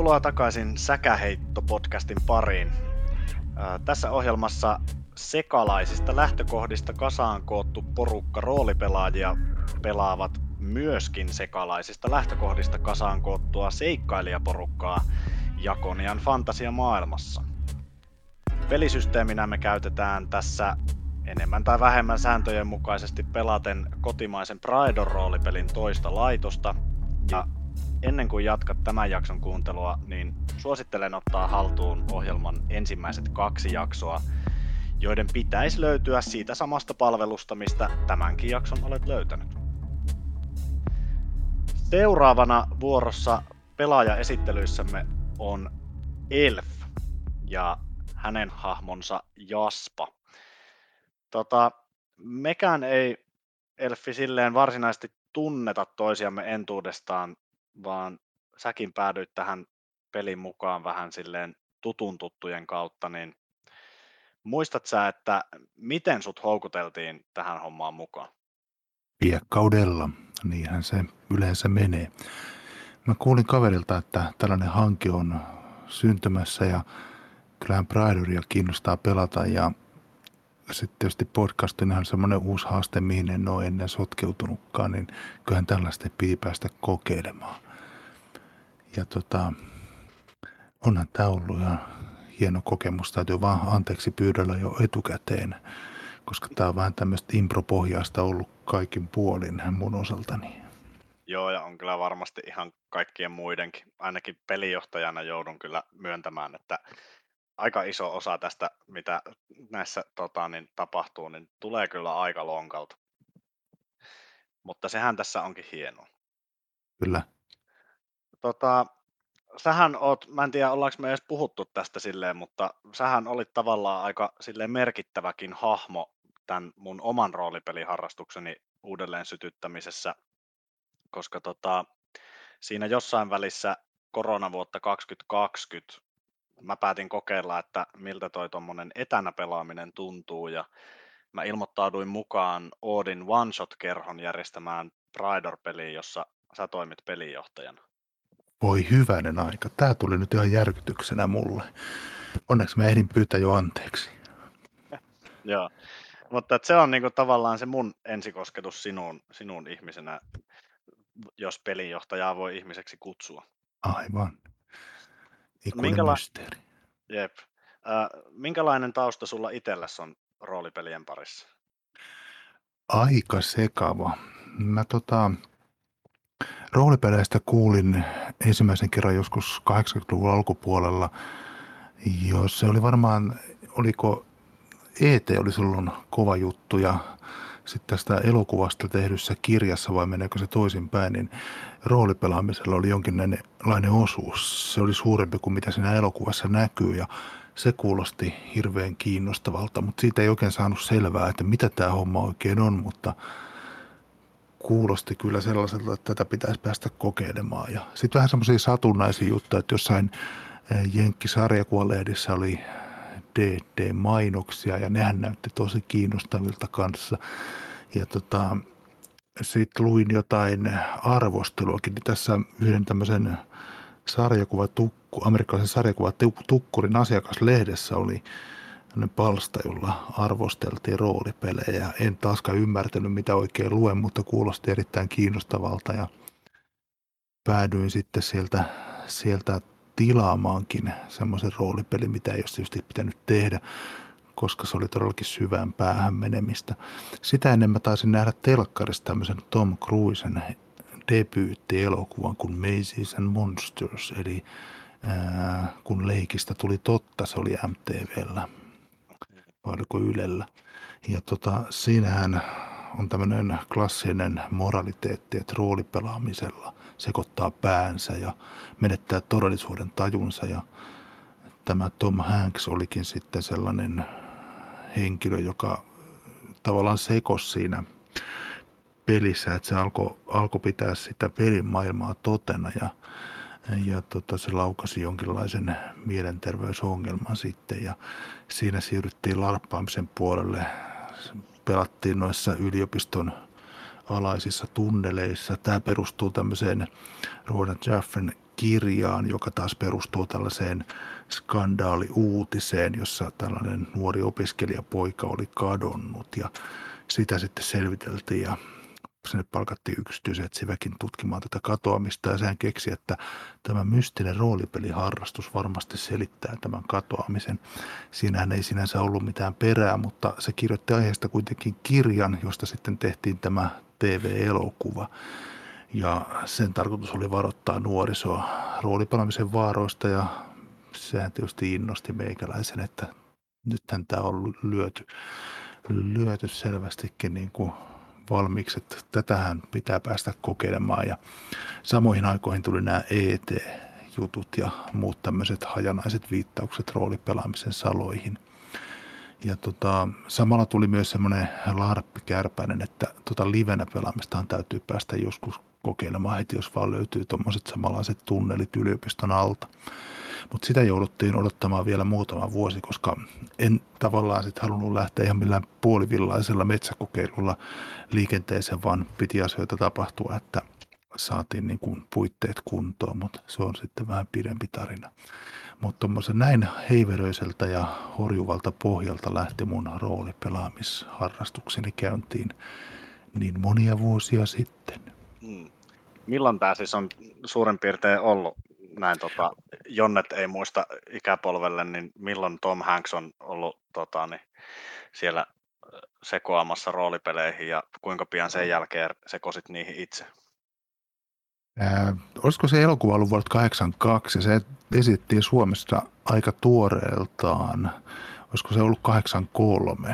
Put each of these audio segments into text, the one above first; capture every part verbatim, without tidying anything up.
Tervetuloa takaisin Säkäheitto-podcastin pariin. Tässä ohjelmassa sekalaisista lähtökohdista kasaan koottu porukka roolipelaajia pelaavat myöskin sekalaisista lähtökohdista kasaan koottua seikkailijaporukkaa Jakonian fantasiamaailmassa. Pelisysteeminä me käytetään tässä enemmän tai vähemmän sääntöjen mukaisesti pelaten kotimaisen Praedor-roolipelin toista laitosta. Ja ennen kuin jatkat tämän jakson kuuntelua, niin suosittelen ottaa haltuun ohjelman ensimmäiset kaksi jaksoa, joiden pitäisi löytyä siitä samasta palvelusta, mistä tämänkin jakson olet löytänyt. Seuraavana vuorossa pelaajaesittelyissämme on Elf ja hänen hahmonsa Jaspa. Tota, mekään ei Elfi silleen varsinaisesti tunneta toisiamme entuudestaan, vaan säkin päädyit tähän pelin mukaan vähän silleen tutun tuttujen kautta, niin muistat sä, että miten sut houkuteltiin tähän hommaan mukaan? Piekkaudella, niinhän se yleensä menee. Mä kuulin kaverilta, että tällainen hanke on syntymässä ja kyllähän Praedoria kiinnostaa pelata ja sitten tietysti podcast on ihan semmoinen uusi haaste, mihin en ole ennen sotkeutunutkaan, niin kyllähän tällaista piti päästä kokeilemaan. Ja tota, onhan tämä ollut ihan hieno kokemus. Täytyy vaan anteeksi pyydellä jo etukäteen, koska tämä on vähän tämmöistä impropohjaista ollut kaikin puolin mun osaltani. Joo, ja on kyllä varmasti ihan kaikkien muidenkin. Ainakin pelijohtajana joudun kyllä myöntämään, että aika iso osa tästä, mitä näissä tota, niin, tapahtuu, niin tulee kyllä aika lonkalta. Mutta sehän tässä onkin hienoa. Kyllä. Tota, sähän oot, mä en tiedä ollaanko me edes puhuttu tästä silleen, mutta sähän olit tavallaan aika silleen merkittäväkin hahmo tämän mun oman roolipeliharrastukseni uudelleen sytyttämisessä, koska tota, siinä jossain välissä koronavuotta kaksituhattakaksikymmentä mä päätin kokeilla, että miltä toi tommonen etänä pelaaminen tuntuu, ja mä ilmoittauduin mukaan Oodin One Shot-kerhon järjestämään Praedor-peliin, jossa sä toimit pelinjohtajana. Voi hyvänen aika. Tää tuli nyt ihan järkytyksenä mulle. Onneksi mä ehdin pyytää jo anteeksi. Joo, mutta se on niinku tavallaan se mun ensikosketus sinuun, sinun ihmisenä, jos pelinjohtajaa voi ihmiseksi kutsua. Aivan. Ikuinen Minkäla- mysteeri. Jep. Äh, minkälainen tausta sulla itselläsi on roolipelien parissa? Aika sekava. Mä tota, roolipeleistä kuulin ensimmäisen kerran joskus kahdeksankymmentäluvun alkupuolella. Jos se oli varmaan, oliko E T oli silloin kova juttu ja sitten tästä elokuvasta tehdyssä kirjassa vai meneekö se toisinpäin, niin roolipelaamisella oli jonkinlainen osuus. Se oli suurempi kuin mitä siinä elokuvassa näkyy ja se kuulosti hirveän kiinnostavalta, mutta siitä ei oikein saanut selvää, että mitä tämä homma oikein on, mutta kuulosti kyllä sellaiselta, että tätä pitäisi päästä kokeilemaan. Ja sitten vähän semmoisia satunnaisia juttuja, että jossain Jenkki-sarjakuvalehdissä oli D D-mainoksia ja nehän näytti tosi kiinnostavilta kanssa. Ja tota, sitten luin jotain arvosteluakin, niin tässä yhden tämmöisen sarjakuvatukku, amerikkalaisen sarjakuvatukkurin asiakaslehdessä oli palsta, jolla arvosteltiin roolipelejä. En taaskaan ymmärtänyt, mitä oikein luen, mutta kuulosti erittäin kiinnostavalta ja päädyin sitten sieltä, sieltä tilaamaankin semmoisen roolipelin, mitä ei olisi tietysti pitänyt tehdä, koska se oli todellakin syvään päähän menemistä. Sitä ennen mä taisin nähdä telkkarissa tämmöisen Tom Cruisen debyyttielokuvan kuin Mazes and Monsters, eli ää, kun leikistä tuli totta, se oli M T V:llä, vai oliko Ylellä. Ja tota, siinähän on tämmöinen klassinen moraliteetti, että roolipelaamisella sekoittaa päänsä ja menettää todellisuuden tajunsa. Ja tämä Tom Hanks olikin sitten sellainen henkilö, joka tavallaan sekosi siinä pelissä, että se alkoi alko pitää sitä pelin maailmaa totena ja, ja tota, se laukasi jonkinlaisen mielenterveysongelman sitten ja siinä siirryttiin larppaamisen puolelle. Pelattiin noissa yliopiston alaisissa tunneleissa. Tämä perustuu tämmöiseen Roland Jaffen kirjaan, joka taas perustuu tällaiseen skandaaliuutiseen, jossa tällainen nuori opiskelijapoika oli kadonnut ja sitä sitten selviteltiin ja sinne palkattiin yksityisetsiväkin tutkimaan tätä katoamista ja sehän keksi, että tämä mystinen roolipeliharrastus varmasti selittää tämän katoamisen. Siinähän ei sinänsä ollut mitään perää, mutta se kirjoitti aiheesta kuitenkin kirjan, josta sitten tehtiin tämä T V-elokuva. Ja sen tarkoitus oli varoittaa nuorisoa roolipelaamisen vaaroista ja sehän tietysti innosti meikäläisen, että nythän tämä on lyöty, lyöty selvästikin niin kuin valmiiksi, että tätähän pitää päästä kokeilemaan ja samoihin aikoihin tuli nämä E T-jutut ja muut tämmöiset hajanaiset viittaukset roolipelaamisen saloihin. Ja tota, samalla tuli myös semmoinen larppi kärpäinen, että tota livenä pelaamistahan täytyy päästä joskus kokeilemaan heti, jos vaan löytyy tuommoiset samanlaiset tunnelit yliopiston alta. Mutta sitä jouduttiin odottamaan vielä muutama vuosi, koska en tavallaan sitten halunnut lähteä ihan millään puolivillaisella metsäkokeilulla liikenteeseen, vaan piti asioita tapahtua, että saatiin niin kuin puitteet kuntoon, mutta se on sitten vähän pidempi tarina. Mutta tuommoisen näin heiveröiseltä ja horjuvalta pohjalta lähti mun roolipelaamisharrastukseni käyntiin niin monia vuosia sitten. Hmm. Milloin tämä siis on suurin piirtein ollut? Näin tota, Jonnet ei muista ikäpolvelle, niin milloin Tom Hanks on ollut tota, niin siellä sekoamassa roolipeleihin ja kuinka pian sen jälkeen sekosit niihin itse? Ää, olisiko se elokuva ollut vuodelta kahdeksankymmentäkaksi ja se esittiin Suomessa aika tuoreeltaan. Olisiko se ollut kahdeksankymmentäkolme?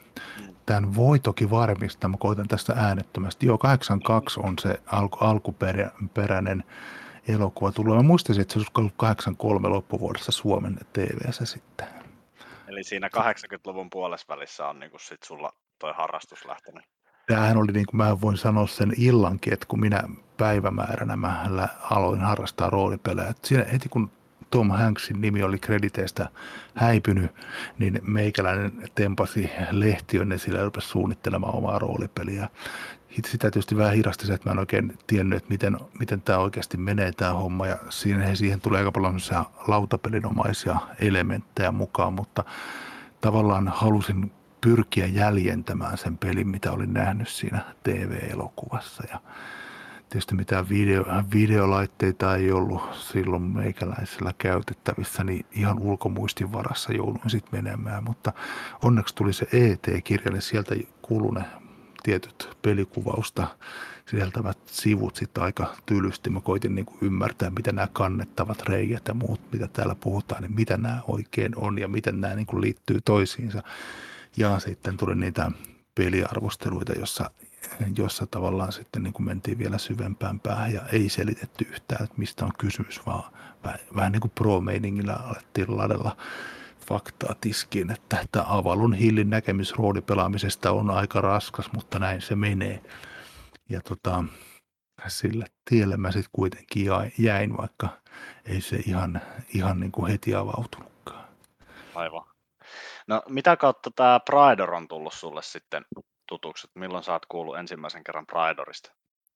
Tämän voi toki varmistaa, mä koitan tästä äänettömästi. Joo, kahdeksankymmentäkaksi on se alku, alkuperäinen elokuva tullut. Mä muistaisin, että se olisi ollut kahdeksankymmentäkolme loppuvuodessa Suomen T V:ssä sitten. Eli siinä kahdeksankymmentäluvun puolesvälissä on niin kuin sit sulla toi harrastus lähtenyt. Tämähän oli niin kuin mä voin sanoa sen illankin, että kun minä päivämääränä mä aloin harrastaa roolipelejä. Että siinä heti kun Tom Hanksin nimi oli krediteistä häipynyt, niin meikäläinen tempasi lehtiön ja sillä rupesi suunnittelemaan omaa roolipeliä. Sitä tietysti vähän hidasti se, että mä en oikein tiennyt, että miten, miten tämä oikeasti menee tämä homma. Ja siihen, siihen tulee aika paljon lautapelinomaisia elementtejä mukaan, mutta tavallaan halusin pyrkiä jäljentämään sen pelin, mitä olin nähnyt siinä T V-elokuvassa. Ja tietysti mitään video, videolaitteita ei ollut silloin meikäläisellä käytettävissä, niin ihan ulkomuistin varassa jouduin sitten menemään. Mutta onneksi tuli se E T-kirja, niin sieltä kuului ne tietyt pelikuvausta sisältävät sivut sitten aika tylysti. Mä koitin niin kuin ymmärtää, mitä nämä kannettavat reijät ja muut, mitä täällä puhutaan, niin mitä nämä oikein on ja miten nämä niin kuin liittyy toisiinsa. Ja sitten tuli niitä peliarvosteluita, jossa, jossa tavallaan sitten niin kuin mentiin vielä syvempään päähän ja ei selitetty yhtään, että mistä on kysymys, vaan vähän, vähän niin kuin pro-meiningillä alettiin ladella faktaa tiskiin, että tämä Avalon Hillin näkemys roolipelaamisesta on aika raskas, mutta näin se menee. Ja tota, sillä tiellä mä sitten kuitenkin jäin, vaikka ei se ihan, ihan niin kuin heti avautunutkaan. Aivan. No mitä kautta tämä Pridor on tullut sulle sitten tutuksi? Milloin sä oot kuullut ensimmäisen kerran Pridorista?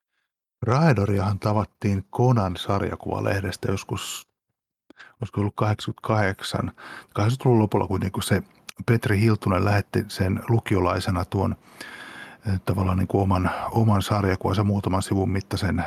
Pridoriahan tavattiin Conan sarjakuvalehdestä joskus, olisiko ollut kahdeksankymmentäkahdeksan. kahdeksankymmentäluvun lopulla kuitenkin, kun se Petri Hiltunen lähetti sen lukiolaisena tuon tavallaan niin kuin oman, oman sarjakuvansa muutaman sivun mittaisen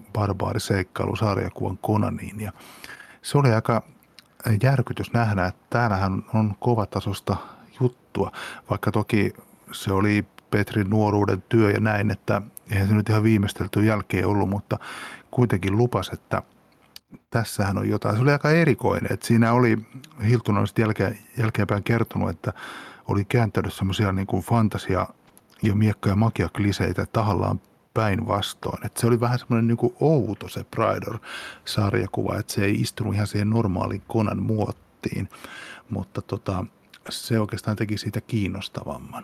barbaariseikkailusarjakuvan Conaniin. Ja se oli aika järkytys nähdä, että täällähän on kovatasosta juttua, vaikka toki se oli Petrin nuoruuden työ ja näin, että eihän se nyt ihan viimeistelty jälkeen ollut, mutta kuitenkin lupas, että tässähän on jotain. Se oli aika erikoinen, että siinä oli, Hiltunen on sitten jälkeen, jälkeenpäin kertonut, että oli kääntänyt semmoisia niin kuin fantasia- ja miekka- ja magia-kliseitä tahallaan päinvastoin. Että se oli vähän semmoinen niin kuin outo se Pridor-sarjakuva, että se ei istunut ihan siihen normaaliin Conan muottiin, mutta tota, se oikeastaan teki siitä kiinnostavamman.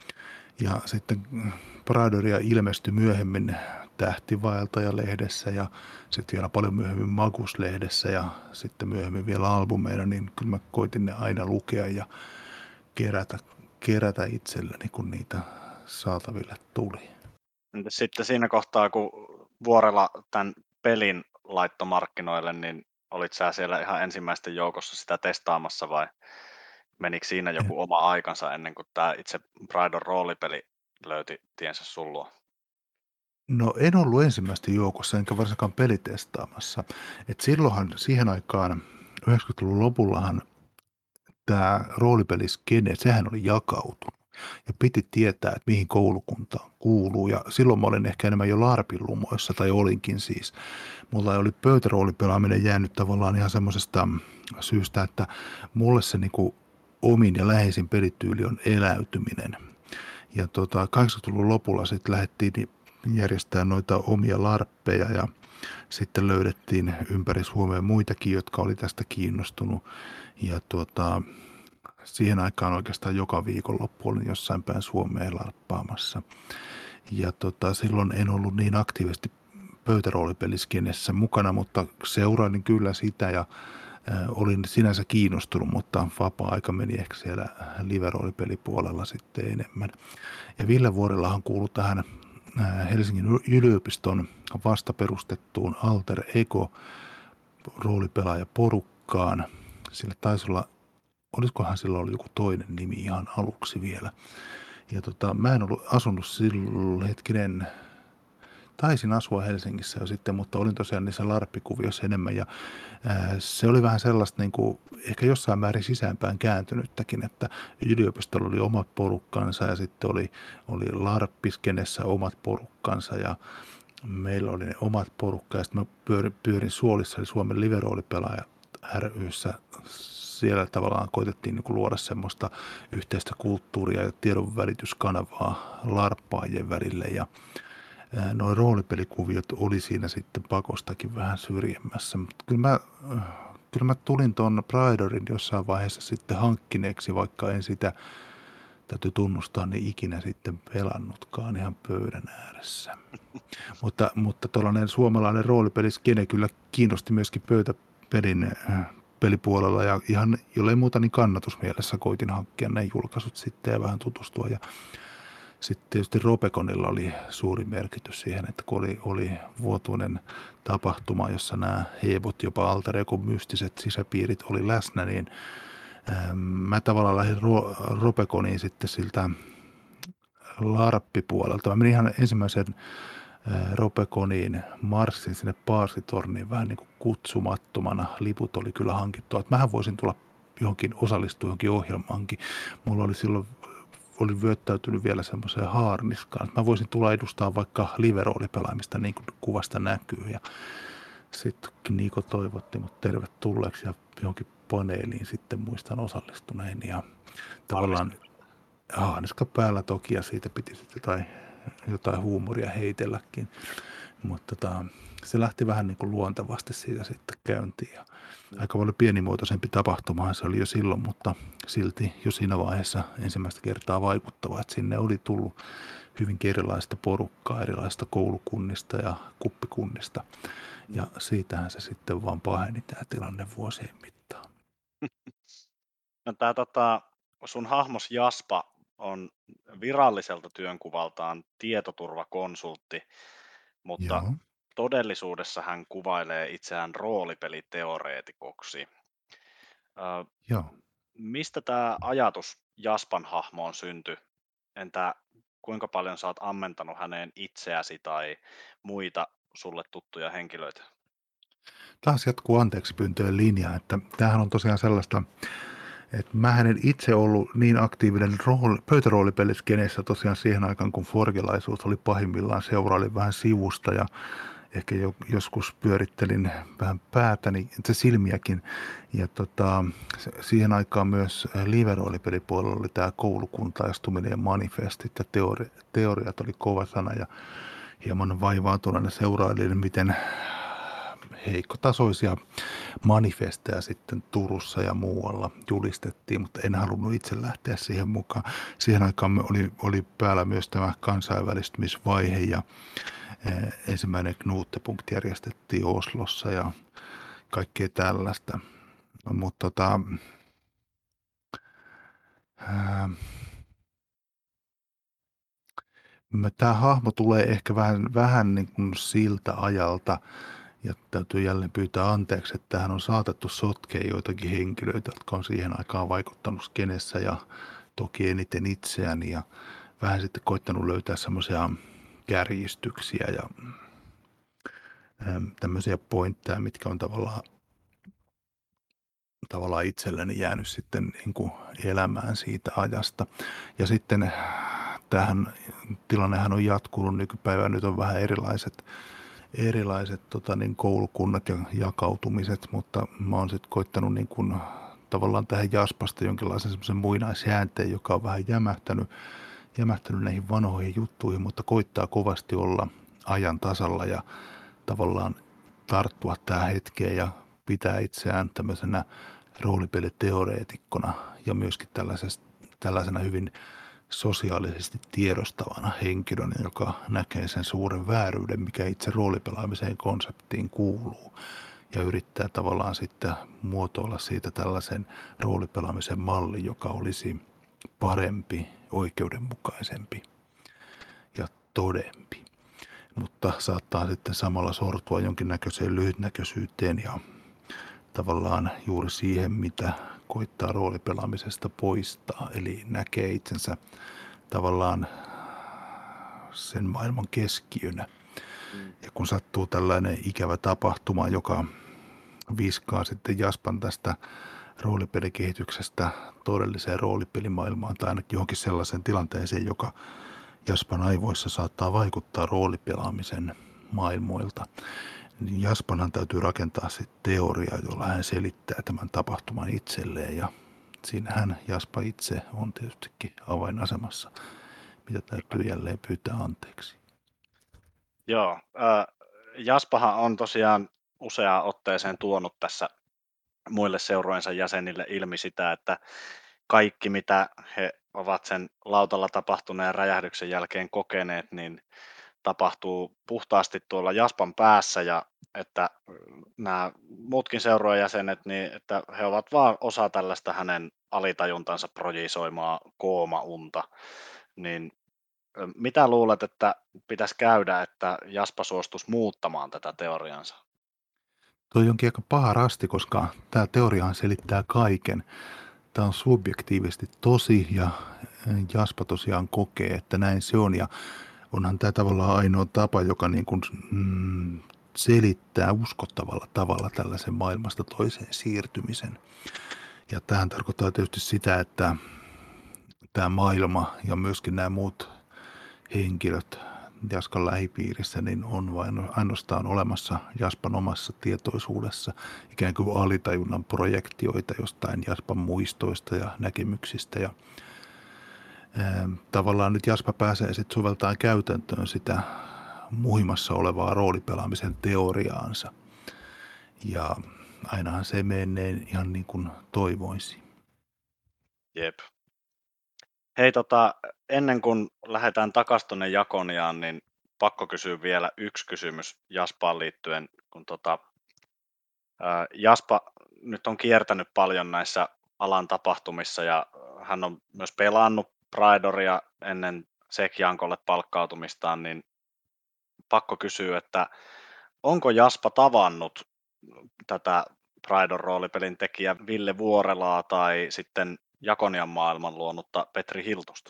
Ja sitten Pridoria ilmestyi myöhemmin Tähtivaeltaja-lehdessä ja sitten vielä paljon myöhemmin Magus-lehdessä ja sitten myöhemmin vielä albumeina, niin kyllä mä koitin ne aina lukea ja kerätä, kerätä itselleni, kun niitä saataville tuli. Entäs sitten siinä kohtaa, kun Vuorela tämän pelin laittoi markkinoille, niin olit sä siellä ihan ensimmäisten joukossa sitä testaamassa vai menikö siinä joku oma aikansa ennen kuin tämä itse Bridon roolipeli löyti tiensä sun luo? No en ollut ensimmäisten joukossa, enkä varsinkaan pelitestaamassa. Et silloinhan siihen aikaan, yhdeksänkymmentäluvun lopullahan tämä roolipeliskene, sehän oli jakautunut. Ja piti tietää, että mihin koulukuntaan kuuluu. Ja silloin mä olin ehkä enemmän jo LARPin lumoissa, tai olinkin siis. Mulla oli pöytäroolipelaaminen jäänyt tavallaan ihan semmoisesta syystä, että mulle se niinku omin ja läheisin pelityyli on eläytyminen. Ja tota, kahdeksankymmentäluvun lopulla sitten lähdettiin järjestämään noita omia larppeja ja sitten löydettiin ympäri Suomea muitakin, jotka oli tästä kiinnostunut. Ja tuota, siihen aikaan oikeastaan joka viikonloppu olin jossain päin Suomea larppaamassa. Ja tota, silloin en ollut niin aktiivisesti pöytäroolipeliskenessä mukana, mutta seurailin kyllä sitä ja äh, olin sinänsä kiinnostunut, mutta vapaa-aika meni ehkä siellä live-roolipelipuolella sitten enemmän. Ja Ville Vuorillahan kuului tähän äh, Helsingin yliopiston vasta perustettuun Alter Ego roolipelaajaporukkaan. Sillä taisi olla, olisikohan sillä ollut joku toinen nimi ihan aluksi vielä. Ja tota, mä en ollut asunut silloin hetkinen, taisin asua Helsingissä jo sitten, mutta olin tosiaan niissä larppikuvioissa enemmän. Ja ää, se oli vähän sellaista niin kuin, ehkä jossain määrin sisäänpäin kääntynyttäkin, että yliopistolla oli omat porukkansa ja sitten oli, oli larppiskenessä omat porukkansa ja meillä oli ne omat porukka ja sitten mä pyörin, pyörin Suolissa, eli Suomen live-roolipelaaja ry:ssä. Siellä tavallaan koitettiin niin kuin luoda semmoista yhteistä kulttuuria ja tiedonvälityskanavaa larppaajien välille ja nuo roolipelikuviot oli siinä sitten pakostakin vähän syrjemmässä, mutta kyllä mä, kyllä mä tulin tuon Bridorin jossain vaiheessa sitten hankkineeksi, vaikka en sitä, täytyy tunnustaa, niin ikinä sitten pelannutkaan ihan pöydän ääressä. mutta, mutta tuollainen suomalainen roolipeliskene kyllä kiinnosti myöskin pöytäpelin pelipuolella ja ihan jollei muuta niin kannatusmielessä koitin hankkia ne julkaisut sitten ja vähän tutustua ja sitten tietysti Robeconilla oli suuri merkitys siihen, että kun oli, oli vuotuinen tapahtuma, jossa nämä heebot, jopa Alter Ego mystiset sisäpiirit oli läsnä, niin ää, mä tavallaan lähdin Ro, Robeconiin sitten siltä larppipuolelta. Mä menin ihan ensimmäisen ää, Robeconiin, marssin sinne Paasitorniin vähän niin kuin kutsumattomana. Liput oli kyllä hankittu, että mähän voisin tulla johonkin, osallistua johonkin ohjelmaankin. Mulla oli silloin olin vyöttäytynyt vielä semmoiseen haarniskaan. Mä voisin tulla edustaa vaikka live-roolipelaamista niin kuin kuvasta näkyy. Ja sitten Niiko toivotti mut tervetulleeksi ja johonkin paneeliin sitten muistan osallistuneen. Ja tavallaan haarniska päällä toki ja siitä piti sitten jotain, jotain huumoria heitelläkin. Mutta tota, se lähti vähän niin kuin luontevasti siitä sitten käyntiin. Ja aika paljon pienimuotoisempi tapahtumahan se oli jo silloin, mutta silti jo siinä vaiheessa ensimmäistä kertaa vaikuttavaa, että sinne oli tullut hyvin erilaista porukkaa, erilaista koulukunnista ja kuppikunnista. Ja siitähän se sitten vaan paheni tämä tilanne vuosien mittaan. No tää tota, sun hahmos Jaspa on viralliselta työnkuvaltaan tietoturvakonsultti, mutta Joo. todellisuudessa hän kuvailee itseään roolipeliteoreetikoksi. Ö, Joo. mistä tämä ajatus Jaspan hahmoon syntyi? Entä kuinka paljon sä oot ammentanut häneen itseäsi tai muita sulle tuttuja henkilöitä? Taas jatkuu anteeksi pyyntöjen linja, että tämähän on tosiaan sellaista, että mä en itse ollut niin aktiivinen rooli, pöytäroolipeliskenessä tosiaan siihen aikaan, kun forgelaisuus oli pahimmillaan, seurailin vähän sivusta ja ehkä jo, joskus pyörittelin vähän päätäni, se silmiäkin. Ja tota, siihen aikaan myös live-roolipelipuolella oli tämä koulukuntaistuminen ja manifestit ja teori, teoriat oli kova sana ja hieman vaivaantuneena seurailin, miten heikkotasoisia manifesteja sitten Turussa ja muualla julistettiin, mutta en halunnut itse lähteä siihen mukaan. Siihen aikaan oli, oli päällä myös tämä kansainvälistymisvaihe ja eh, ensimmäinen Knutepunkt järjestettiin Oslossa ja kaikkea tällaista. Mutta tota, tämä hahmo tulee ehkä vähän, vähän niin kuin siltä ajalta, Ja täytyy jälleen pyytää anteeksi, että tähän on saatettu sotkea joitakin henkilöitä, jotka on siihen aikaan vaikuttanut skenessä ja toki eniten itseäni ja vähän sitten koittanut löytää semmoisia kärjistyksiä ja tämmöisiä pointteja, mitkä on tavallaan, tavallaan itselleni jäänyt sitten niin kuin elämään siitä ajasta. Ja sitten tämähän tilannehan on jatkunut nykypäivänä, nyt on vähän erilaiset, erilaiset tota, niin koulukunnat ja jakautumiset, mutta mä oon sitten koittanut niin kuin, tavallaan tähän Jaspasta jonkinlaisen semmoisen muinaisjäänteen, joka on vähän jämähtänyt, jämähtänyt näihin vanhoihin juttuihin, mutta koittaa kovasti olla ajan tasalla ja tavallaan tarttua tähän hetkeen ja pitää itseään tämmöisenä roolipeliteoreetikkona ja myöskin tällaisena hyvin sosiaalisesti tiedostavana henkilönä, joka näkee sen suuren vääryyden, mikä itse roolipelaamiseen konseptiin kuuluu ja yrittää tavallaan sitten muotoilla siitä tällaisen roolipelaamisen malli, joka olisi parempi, oikeudenmukaisempi ja todempi. Mutta saattaa sitten samalla sortua jonkinnäköiseen lyhytnäköisyyteen ja tavallaan juuri siihen, mitä koittaa roolipelaamisesta poistaa. Eli näkee itsensä tavallaan sen maailman keskiönä. Ja kun sattuu tällainen ikävä tapahtuma, joka viskaa sitten Jaspan tästä roolipelikehityksestä todelliseen roolipelimaailmaan tai ainakin johonkin sellaiseen tilanteeseen, joka Jaspan aivoissa saattaa vaikuttaa roolipelaamisen maailmoilta, niin Jaspanhan täytyy rakentaa sitten teoria, jolla hän selittää tämän tapahtuman itselleen ja siinähän Jaspa itse on tietystikin avainasemassa, mitä täytyy jälleen pyytää anteeksi. Joo, äh, Jaspahan on tosiaan useaan otteeseen tuonut tässä muille seurojensa jäsenille ilmi sitä, että kaikki mitä he ovat sen lautalla tapahtuneen räjähdyksen jälkeen kokeneet, niin tapahtuu puhtaasti tuolla Jaspan päässä ja että nämä muutkin seurojen jäsenet, niin että he ovat vaan osa tällaista hänen alitajuntansa projisoimaa koomaunta, niin mitä luulet, että pitäisi käydä, että Jaspa suostuisi muuttamaan tätä teoriansa? Tuo onkin aika paha rasti, koska tämä teoriahan selittää kaiken. Tämä on subjektiivisesti tosi ja Jaspa tosiaan kokee, että näin se on ja onhan tämä tavallaan ainoa tapa, joka niin kuin, mm, selittää uskottavalla tavalla tällaisen maailmasta toiseen siirtymisen. Ja tähän tarkoittaa tietysti sitä, että tämä maailma ja myöskin nämä muut henkilöt Jaskan lähipiirissä niin on vain ainoastaan olemassa Jaspan omassa tietoisuudessa ikään kuin alitajunnan projektioita jostain Jaspan muistoista ja näkemyksistä ja ää, tavallaan nyt Jaspa pääsee sitten soveltamaan käytäntöön sitä muhimassa olevaa roolipelaamisen teoriaansa ja ainahan se menee ihan niin kuin toivoisi. Jep. Hei, tota, ennen kuin lähdetään takaisin tuonne Jakoniaan, niin pakko kysyä vielä yksi kysymys Jaspaan liittyen, kun tota, ää, Jaspa nyt on kiertänyt paljon näissä alan tapahtumissa ja hän on myös pelannut Pridoria ennen Sekjankolle palkkautumistaan, niin pakko kysyä, että onko Jaspa tavannut tätä Pridon roolipelin tekijä Ville Vuorelaa tai sitten Jakonian maailman luonutta Petri Hiltusta?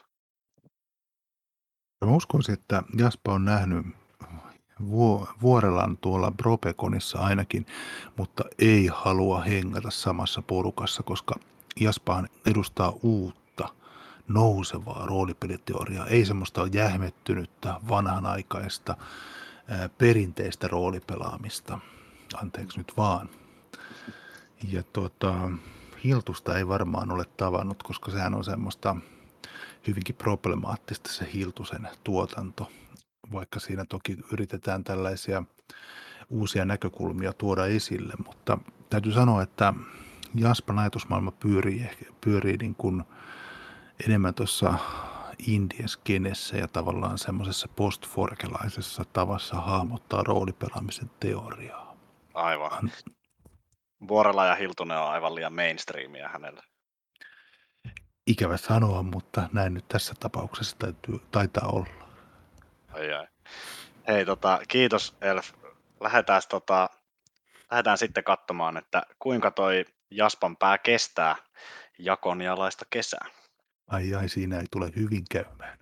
Mä uskoisin, että Jaspa on nähnyt Vuorelan tuolla Bropekonissa ainakin, mutta ei halua hengätä samassa porukassa, koska Jaspahan edustaa uutta, nousevaa roolipeliteoriaa, ei semmoista jähmettynyttä, vanhanaikaista, ää, perinteistä roolipelaamista. Anteeksi nyt vaan. Ja tuota, Hiltusta ei varmaan ole tavannut, koska sehän on semmoista hyvinkin problemaattista se Hiltusen tuotanto, vaikka siinä toki yritetään tällaisia uusia näkökulmia tuoda esille, mutta täytyy sanoa, että Jaspan ajatusmaailma pyörii, pyörii niin kuin enemmän tuossa indie-skenessä ja tavallaan semmoisessa postforkelaisessa tavassa hahmottaa roolipelaamisen teoriaa. Aivan. Vuorela ja Hiltunen on aivan liian mainstreamia hänelle. Ikävä sanoa, mutta näin nyt tässä tapauksessa täytyy, taitaa olla. Ai ai. Hei, tota, kiitos Elf. Lähdetään tota, lähdetään sitten katsomaan, että kuinka toi Jaspan pää kestää jakonialaista kesää. Ai ai, siinä ei tule hyvin käymään.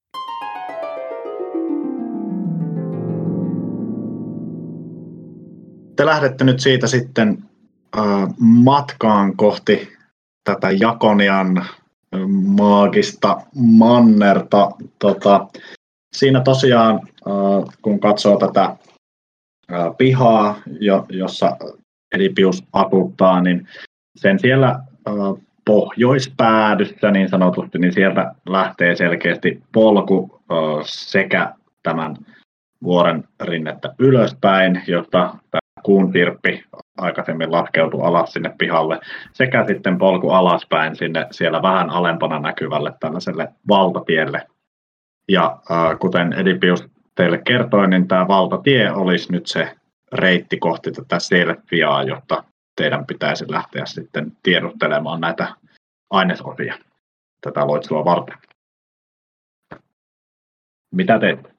Te lähdette nyt siitä sitten äh, matkaan kohti tätä Jakonian äh, maagista mannerta. Tota, siinä tosiaan, äh, kun katsoo tätä äh, pihaa, jo, jossa Edipius asuttaa, niin sen siellä äh, pohjoispäädyssä niin sanotusti, niin sieltä lähtee selkeästi polku äh, sekä tämän vuoren rinnettä ylöspäin, josta kuunsirppi aikaisemmin laskeutui alas sinne pihalle, sekä sitten polku alaspäin sinne siellä vähän alempana näkyvälle tällaiselle valtatielle. Ja äh, kuten Edipius teille kertoi, niin tämä valtatie olisi nyt se reitti kohti tätä Selfiaa, jotta teidän pitäisi lähteä sitten tiedustelemaan näitä ainesosia tätä loitselua varten. Mitä teet?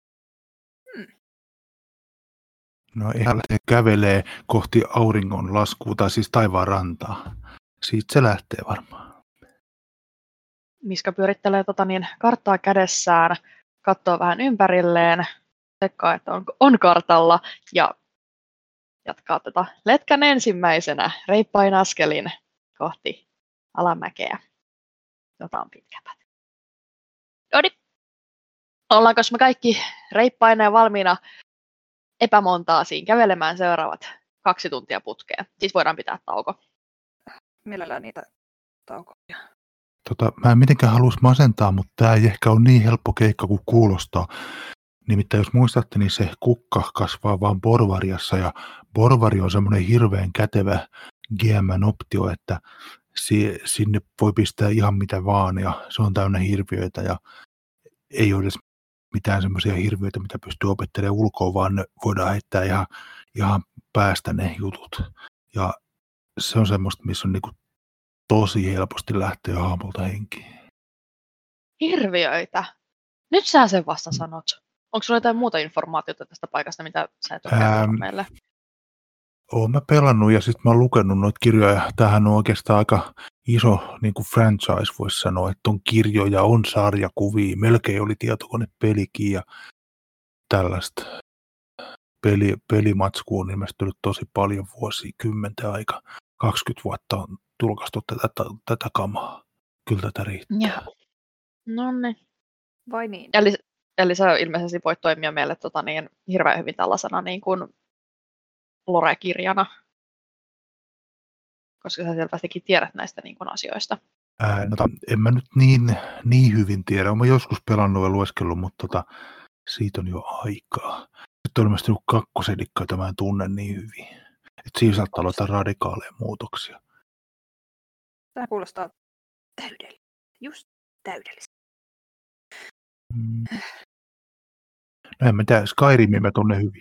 No ihan lähtee kävelee kohti auringon laskua, tai siis taivaan rantaa. Siitä se lähtee varmaan. Miska pyörittelee tota niin, karttaa kädessään, katsoo vähän ympärilleen, tsekkaa, että on, on kartalla, ja jatkaa tätä letkän ensimmäisenä reippain askelin kohti alamäkeä, jota on pitkä pätkä. Noniin. Ollaanko me kaikki reippaina ja valmiina epämontaa siinä kävelemään seuraavat kaksi tuntia putkeen? Siis voidaan pitää tauko. Mielellään niitä taukoja. Tota, mä en mitenkään halus masentaa, mutta tämä ei ehkä ole niin helppo keikka kuin kuulostaa. Nimittäin jos muistatte, niin se kukka kasvaa vaan Borvariassa, ja Borvari on semmoinen hirveän kätevä G M N-optio, että si- sinne voi pistää ihan mitä vaan, ja se on täynnä hirviöitä, ja ei ole edes mitään semmoisia hirviöitä, mitä pystyy opettelemaan ulkoa, vaan ne voidaan heittää ihan, ihan päästä ne jutut. Ja se on semmoista, missä on niinku tosi helposti lähteä haamolta henkiin. Hirviöitä? Nyt sä sen vasta sanot. Onko sulla jotain muuta informaatiota tästä paikasta, mitä sä et ole kertonut meille? Oon mä pelannut ja sitten mä oon lukenut noita kirjoja. Tämähän on oikeastaan aika iso niin kuin franchise, voisi sanoa, että on kirjoja, on sarjakuvia, melkein oli tietokonepelikin ja tällaista. Peli, pelimatskua on ilmestynyt tosi paljon vuosia, kymmentä aika. kaksikymmentä vuotta on tulkaistu tätä, tätä kamaa. Kyllä tätä riittää. Joo. No niin. Vai niin? Eli, eli sä ilmeisesti voit toimia meille tota, niin, hirveän hyvin tällaisena niin kuin lore-kirjana, koska sä selvästikin tiedät näistä niin kuin, asioista. Ää, no, en mä nyt niin, niin hyvin tiedä. Olen joskus pelannut ja lueskellut, mutta tota, siitä on jo aikaa. Nyt on ilmestynyt kakkosedikkaa, että mä en tunne niin hyvin. Että siinä saattaa olla jotain radikaaleja muutoksia. Tämä kuulostaa täydellistä. Just täydellistä. Mm. No en mä tiedä, Skyrimin mä tunne hyvin.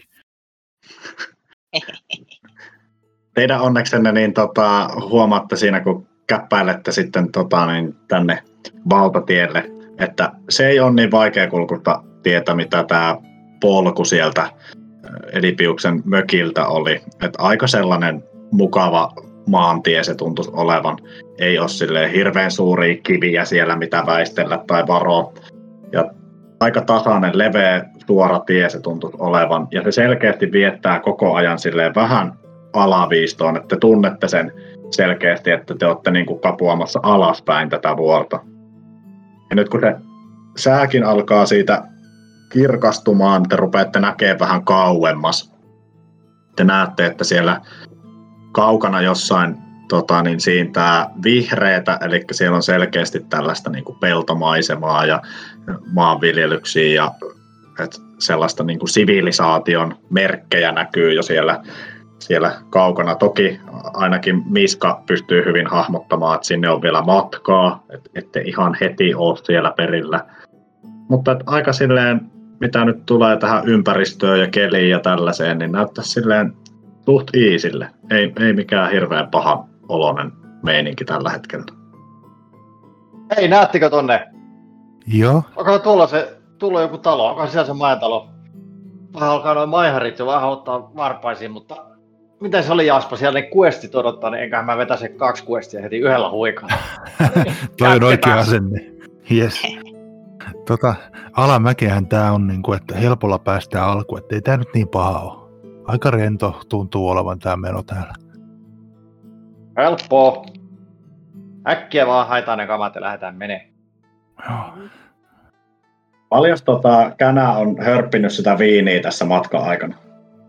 Teidän onneksenne niin tota, huomaatte siinä, kun käppäilette sitten tota, niin, tänne valtatielle, että se ei ole niin vaikeakulkuista tietä, mitä tämä polku sieltä Edipiuksen mökiltä oli. Että aika sellainen mukava maantie se tuntuisi olevan. Ei ole silleen hirveän suuria kiviä siellä, mitä väistellä tai varoa. Ja aika tasainen, leveä, suora tie se tuntuisi olevan. Ja se selkeästi viettää koko ajan silleen vähän alaviistoon, että te tunnette sen selkeästi, että te olette niin kuin kapuamassa alaspäin tätä vuorta. Ja nyt kun se sääkin alkaa siitä kirkastumaan, te rupeatte näkemään vähän kauemmas. Te näette, että siellä kaukana jossain tota, niin siintää vihreätä, eli siellä on selkeästi tällaista niin kuin peltomaisemaa ja maanviljelyksiä ja et sellaista niin kuin sivilisaation merkkejä näkyy jo siellä, siellä kaukana. Toki ainakin Miska pystyy hyvin hahmottamaan, että sinne on vielä matkaa, et, ette ihan heti ole siellä perillä. Mutta et aika silleen, mitä nyt tulee tähän ympäristöön ja keliin ja tällaiseen, niin näyttäisi silleen suht iisille. Ei, ei mikään hirveän paha oloinen meininki tällä hetkellä. Hei, näettekö tonne? Joo. Onko tuolla se, tuolla joku talo? Onko siellä se majatalo? Vähän alkaa noin maiharit jo vähän ottaa varpaisiin, mutta Miten se oli, Jaspa? Siellä ne questit odottaa, niin enköhän mä vetäisin kaksi questia heti yhdellä huikalla. Toi on oikea Jatketaan. asenne. Yes. Tota, alamäkehän tää on, niinku, että helpolla päästään alkuun, ettei tää nyt niin paha ole. Aika rento tuntuu olevan tää meno täällä. Helppoa. Äkkiä vaan haetaan ne kamat ja lähdetään menee. Joo. Paljon tota, Känä on hörppinyt sitä viiniä tässä matkan aikana?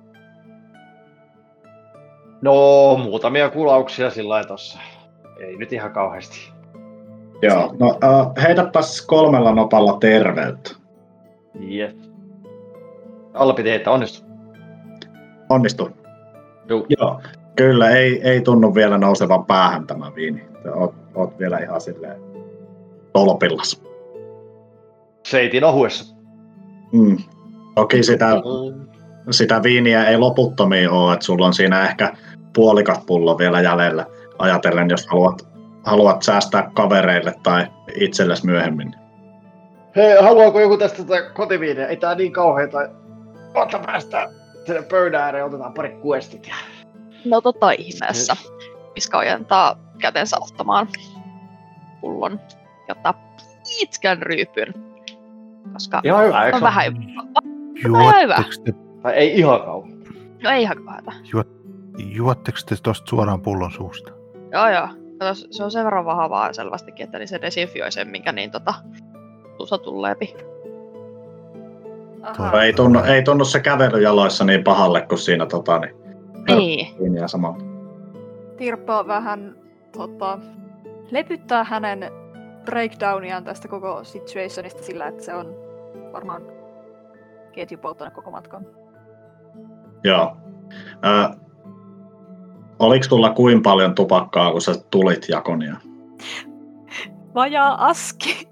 No, muutamia kulauksia sillä lailla tossa. Ei nyt ihan kauheasti. Joo, no uh, heitäpäs kolmella nopalla terveyttä. Yes. Alla piti heittää, onnistu. Onnistu. Joo. Joo, kyllä, ei, ei tunnu vielä nousevan päähän tämä viini. Oot, oot vielä ihan silleen tolpillas. Seitin ohuessa. Mm. Toki sitä, sitä viiniä ei loputtomiin ole, että sulla on siinä ehkä puolikas pullo vielä jäljellä. Ajatellen, jos haluat, haluat säästää kavereille tai itsellesi myöhemmin. Hei, haluaako joku tästä tätä kotiviiniä? Ei tää niin kauheeta. Kohta päästään sinne pöydän ääreen, otetaan pari questit. No tota ihmeessä. Miska ojentaa kätensä ottamaan pullon ja ottaa pitkän ryypyn. Koska Ihan hyvä, eikö on se vähän Juotteko te, Tai ei ihan kauan. No ei ihan kauheeta. juotteko te tosta suoraan pullon suusta? Joo joo. Kato, se on sen verran vahvaa selvästikin, että niin se desinfioi sen, minkä niin tota suussa tulleepi. Aha. Ei tunnu, ei tunnu se kävely jaloissa niin pahalle kuin siinä tota, niin, Niin. viiniä samalla. Tirppa vähän tota, lepyttää hänen breakdowniaan tästä koko situationista sillä, että se on varmaan ketjupolttoinen koko matkan. Joo. Ö, oliko sulla kuin paljon tupakkaa, kun sä tulit Jakonia? Vajaa aski.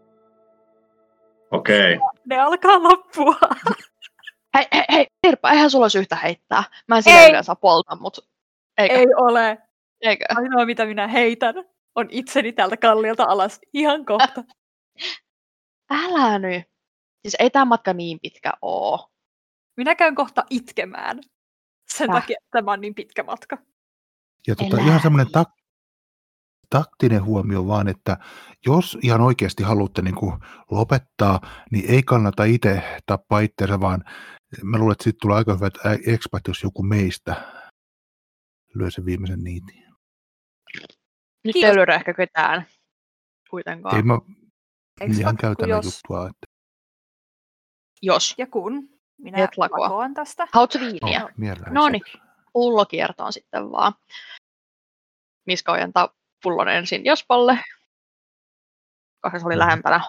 Okei. Ne alkaa loppua. Hei, hei, hei, Tirppa, eihän sulla olisi yhtä heittää. Mä en sillä Ei. yleensä polta, mut eikö? Ei ole. Eikö? Ainoa mitä minä heitän on itseni tältä kalliolta alas ihan kohta. Älä nyt. Siis ei tää matka niin pitkä oo. Minä käyn kohta itkemään. Sen Häh? takia että tämä on niin pitkä matka. Ja tota, Elää. ihan semmoinen tak- taktinen huomio vaan, että jos ihan oikeasti haluatte niin kuin lopettaa, niin ei kannata itse tappaa itseänsä, vaan mä luulen, että siitä tulee aika hyvät expat, jos joku meistä lyö sen viimeisen niitin. Nyt Kiitos. ei löydä ehkä ketään kuitenkaan. Ei mä Eiks ihan vaikka käytännön jos juttua. Että, Jos. ja kun minä Et lakoa. lakoan tästä. Haluatko viiniä? no, mielelläni Noniin. se. Pullokiertoon sitten vaan. Miska ojentaa pullon ensin Jospalle. Koska se oli Mhm. lähempänä.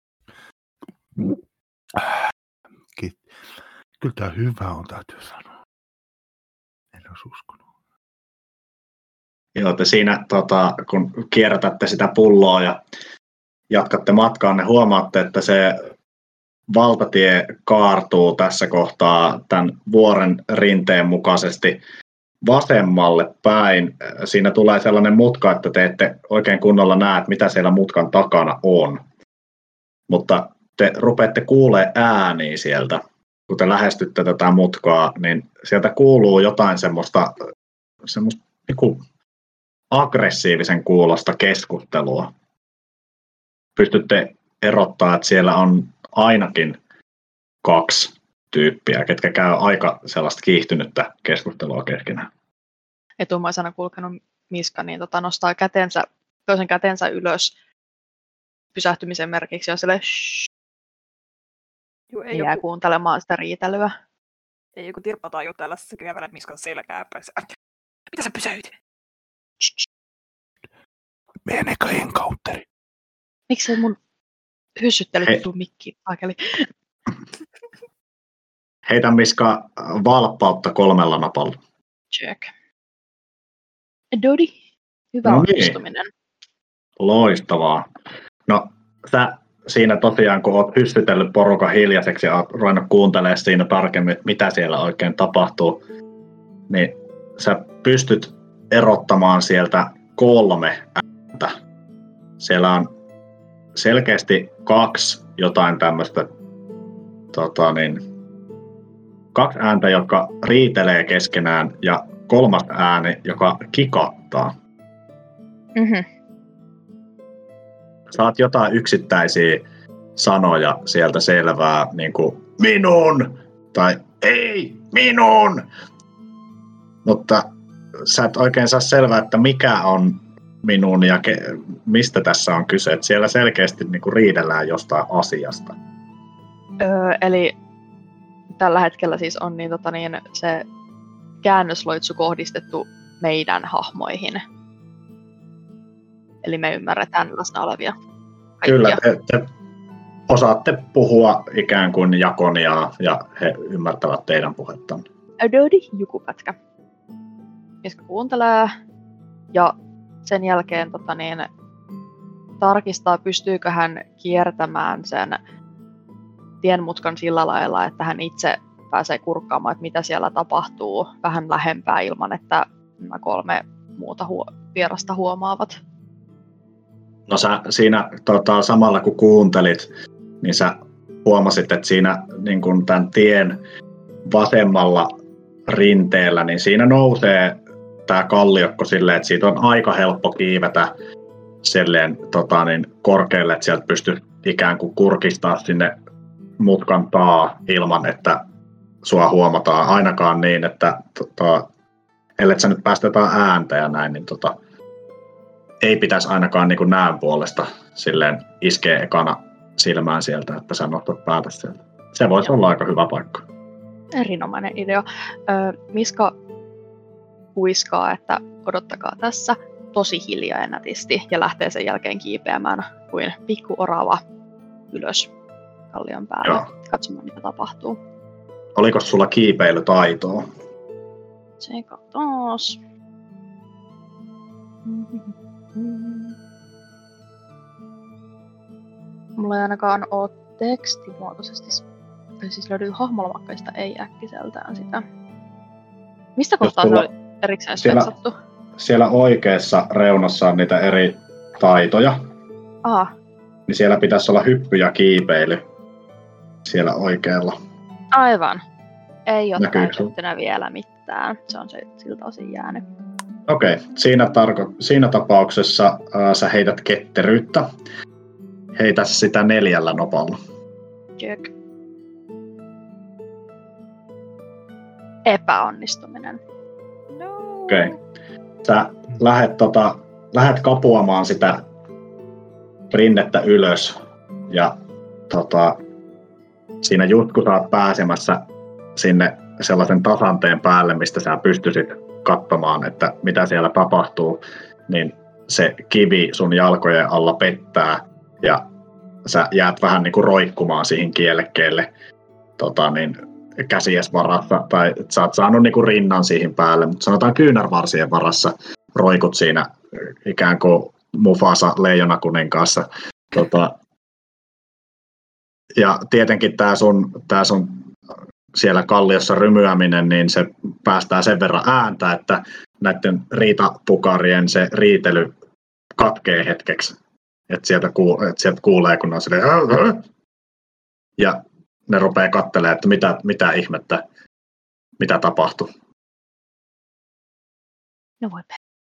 Ki- Kyllä tämä hyvä on, täytyy sanoa. En olisi uskonut. Joo, te siinä tota, kun kierrätätte sitä pulloa ja jatkatte matkaanne, huomaatte, että se valtatie kaartuu tässä kohtaa tämän vuoren rinteen mukaisesti vasemmalle päin. Siinä tulee sellainen mutka, että te ette oikein kunnolla näe, että mitä siellä mutkan takana on. Mutta te rupeatte kuulee ääniä sieltä, kun te lähestytte tätä mutkaa, niin sieltä kuuluu jotain semmoista, semmoista niin kuin aggressiivisen kuulosta keskustelua. Pystytte erottaa, että siellä on ainakin kaksi tyyppiä, ketkä käy aika sellaista kiihtynyttä keskustelua keskenään. Etumaisena kulkenut Miska niin tota, nostaa kätensä, toisen kätensä ylös pysähtymisen merkiksi ja sille Juu, ei, ei jää joku, kuuntelemaan sitä riitelyä. ei joku Tirppa taju täällä se kävelet Miskan selkää päin. Mitä sä pysäyt? Meidän eka encounteri. Miksi mun hyssyttely Hei. tuu mikkiin? Aikeli. Heitä Miska valppautta kolmella napalla. Check. Dodi. Hyvä No niin. onnistuminen. Loistavaa. No, sä siinä tosiaan, kun oot hyssytellyt porukan hiljaiseksi ja oot ruvennut kuuntelemaan siinä tarkemmin, että mitä siellä oikein tapahtuu, niin sä pystyt erottamaan sieltä kolme ääntä. Siellä on selkeästi kaksi jotain tämmöistä, tota niin, kaksi ääntä, jotka riitelee keskenään, ja kolmas ääni, joka kikattaa. Mhm. Saat jotain yksittäisiä sanoja sieltä selvää, niin kuin minun tai ei minun. Mutta sä et oikein saa selvää, että mikä on minun ja ke- mistä tässä on kyse. Et siellä selkeästi niin kuin riidellään jostain asiasta. Öö, eli tällä hetkellä siis on niin, tota niin, se käännösloitsu kohdistettu meidän hahmoihin. Eli me ymmärretään läsnä olevia kaikkia. Kyllä, te, te osaatte puhua ikään kuin jakoniaa ja he ymmärtävät teidän puhettanne. Adodi, jukupätkä. Miska kuuntelee ja sen jälkeen tota niin, tarkistaa, pystyykö hän kiertämään sen tienmutkan sillä lailla, että hän itse pääsee kurkkaamaan, että mitä siellä tapahtuu vähän lähempää ilman, että nämä kolme muuta huo- vierasta huomaavat. No sä siinä tota, samalla kun kuuntelit, niin sä huomasit, että siinä niin kun tämän tien vasemmalla rinteellä, niin siinä nousee tämä kalliokko silleen, että siitä on aika helppo kiivetä silleen, tota, niin korkealle, että sieltä pystyy ikään kuin kurkistaa sinne mutkan taa ilman, että sua huomataan ainakaan niin, että tota, ellet sä nyt päästä jotain ääntä ja näin, niin tota, ei pitäisi ainakaan niin kuin näön puolesta silleen iskeä ekana silmään sieltä, että sä nostat päätä sieltä. Se voisi Joo. olla aika hyvä paikka. Erinomainen idea. Öö, Miska huiskaa, että odottakaa tässä tosi hiljaa ja nätisti ja lähtee sen jälkeen kiipeämään kuin pikku orava ylös kallion päälle. Joo. Katsomaan, mitä tapahtuu. Oliko sulla kiipeilytaitoa? Tsekataan. Mulla ei ainakaan ole tekstimuotoisesti, tai siis löytyy hahmolomakkaista, ei äkkiseltään sitä. Mistä kohtaa se sulla- oli erikseen siellä- spetsattu? Siellä oikeassa reunassa on niitä eri taitoja, Aha, niin siellä pitäisi olla hyppy ja kiipeily siellä oikealla. aivan. Ei ole Näkyykö sun? täytettynä vielä mitään. Se on se, siltä osin jäänyt. Okei, siinä, tarko- siinä tapauksessa ää, sä heität ketteryyttä. Heitä sitä neljällä nopalla. Check. Epäonnistuminen. No. Okei. Sä lähet, tota, lähet kapuamaan sitä rinnettä ylös ja tota, siinä just kun sä oot pääsemässä sinne sellaisen tasanteen päälle, mistä sä pystyisit katsomaan, että mitä siellä tapahtuu, niin se kivi sun jalkojen alla pettää ja sä jäät vähän niin kuin roikkumaan siihen kielekkeelle tota, niin, käsies varassa, tai sä oot saanut niin kuin rinnan siihen päälle, mutta sanotaan kyynärvarsien varassa roikut siinä ikään kuin Mufasa leijonakuninkaassa. Tota, ja tietenkin tää sun, tää sun siellä kalliossa rymyäminen, niin se päästää sen verran ääntä, että näiden riitapukarien se riitely katkee hetkeksi. Että sieltä, kuul- et sieltä kuulee, kun ne on silleen, ja ne rupeaa katselemaan, että mitä, mitä ihmettä, mitä tapahtuu. No voi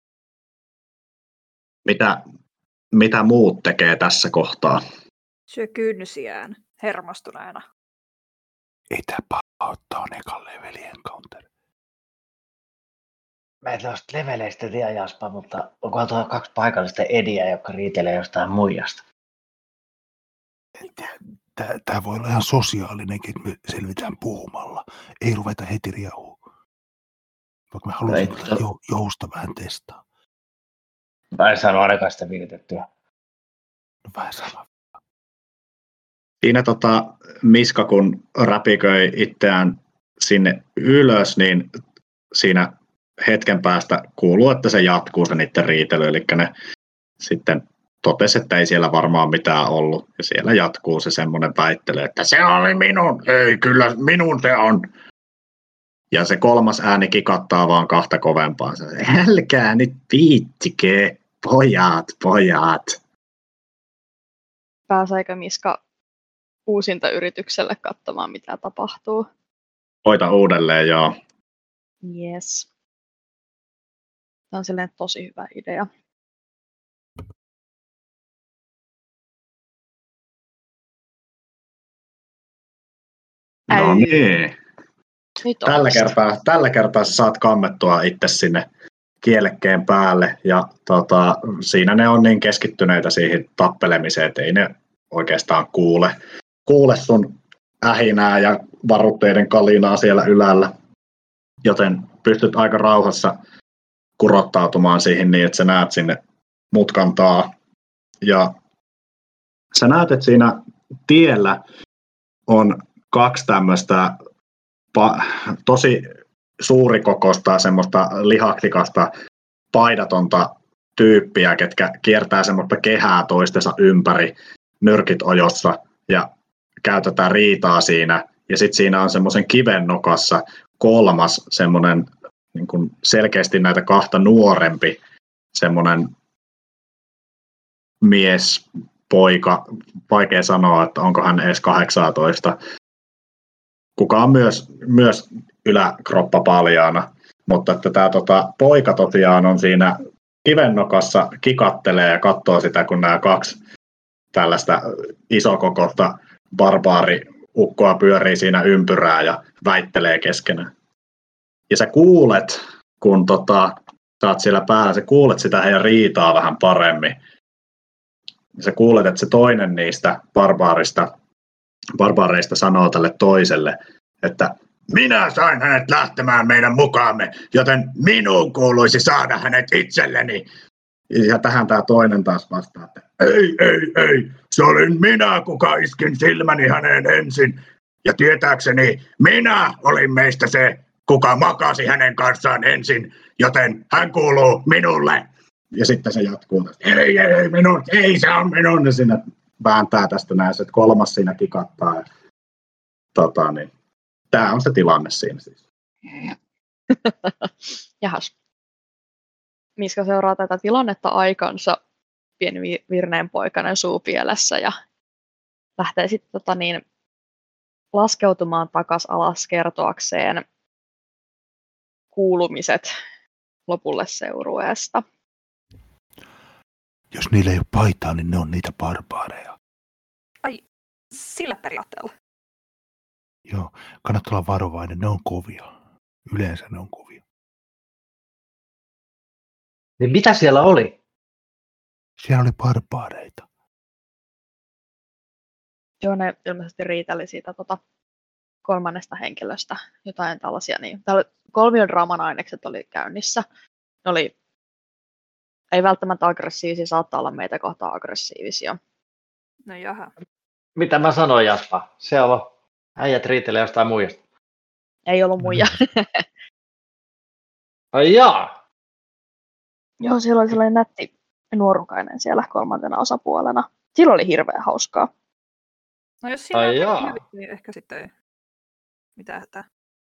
Mitä, mitä muut tekee tässä kohtaa? Syö kynsiään hermostuneena. Ei tää pahoittaa on ekan levelin encounter. Mä en tuosta leveleistä tiedä, Jaspa, mutta onkohan tuolla kaksi paikallista ediä, jotka riitelee jostain muijasta? Tää, tää voi olla ihan sosiaalinenkin, että me selvitään puhumalla. Ei ruveta heti riahuun. Vaikka me haluaisin Ei, tuota to- jou, jousta vähän testaa. Mä en saanut ainakaan sitä viritettyä. No vähän sama. Siinä tota, Miska, kun räpiköi itseään sinne ylös, niin siinä hetken päästä kuuluu, että se jatkuu se niiden riitely. Eli ne sitten totesi, että ei siellä varmaan mitään ollut. Ja siellä jatkuu se semmoinen väittely, että se oli minun. Ei, kyllä minun se on. Ja se kolmas ääni kikattaa vaan kahta kovempaa. Se, älkää nyt viittikö, pojat, pojat. Pääseekö Miska uusinta yritykselle katsomaan, mitä tapahtuu? Koita uudelleen, joo. Yes. Tämä on silleen tosi hyvä idea. No Äi. niin. Nyt on Tällä vasta. kertaa, tällä kertaa sä saat kammettua itse sinne kielekkeen päälle ja tota, siinä ne on niin keskittyneitä siihen tappelemiseen, että ei ne oikeastaan kuule, kuule sun ähinää ja varutteiden kalinaa siellä ylällä, joten pystyt aika rauhassa kurottautumaan siihen niin, että sä näet sinne mutkan taa. Ja sä näet, että siinä tiellä on kaksi tämmöistä pa- tosi suurikokoista, semmoista lihaksikasta, paidatonta tyyppiä, ketkä kiertää semmoista kehää toistensa ympäri, nyrkit ojossa ja käytetään riitaa siinä. Ja sitten siinä on semmoisen kiven nokassa kolmas semmoinen niin kuin selkeästi näitä kahta nuorempi semmoinen mies, poika, vaikea sanoa, että onko hän edes kahdeksantoista, kuka on myös, myös yläkroppa paljaana, mutta että tämä tota, poika tosiaan on siinä kivennokassa, kikattelee ja katsoo sitä, kun nämä kaksi tällaista isokokoista barbaariukkoa pyörii siinä ympyrää ja väittelee keskenään. Ja sä kuulet, kun tota, sä oot siellä päällä, sä kuulet sitä heidän riitaa vähän paremmin. Sä kuulet, että se toinen niistä barbaarista, barbaareista sanoo tälle toiselle, että minä sain hänet lähtemään meidän mukaamme, joten minun kuuluisi saada hänet itselleni. Ja tähän tämä toinen taas vastaa, että ei, ei, ei, se olin minä, kuka iskin silmäni häneen ensin. Ja tietääkseni minä olin meistä se, kuka makasi hänen kanssaan ensin, joten hän kuuluu minulle. Ja sitten se jatkuu, että ei, ei, ei, minun, ei, se on minun. Ja siinä vääntää tästä näin, että kolmas siinä kikattaa. Ja, tota, niin, tämä on se tilanne siinä siis. Jahas. Miska seuraa tätä tilannetta aikansa pieni vi- virneen poikainen suupielessä ja lähtee sitten tota niin, laskeutumaan takas alas kertoakseen kuulumiset lopulle seurueesta. Jos niillä ei ole paitaa, niin ne on niitä barbaareja. Ai, sillä periaatteella. Joo, kannattaa olla varovainen, ne on kovia. Yleensä ne on kovia. Niin mitä siellä oli? Siellä oli barbaareita. Joo, ne ilmeisesti riiteli siitä tota, kolmannesta henkilöstä jotain tällaisia. Niin. Täällä kolmion draaman ainekset oli käynnissä. Ne oli, ei välttämättä aggressiivisia, saattaa olla meitä kohtaan aggressiivisia. No jaha. Mitä mä sanoin, Jaspa? Se on äijät riitelee jostain muijasta. Ei ollut muija. Ai jaa! Joo, siellä oli sellainen nätti nuorukainen siellä kolmantena osapuolena. Sillä oli hirveän hauskaa. No jos siinä Ai on jaa. hyvin, niin ehkä sitten ei mitään hätää.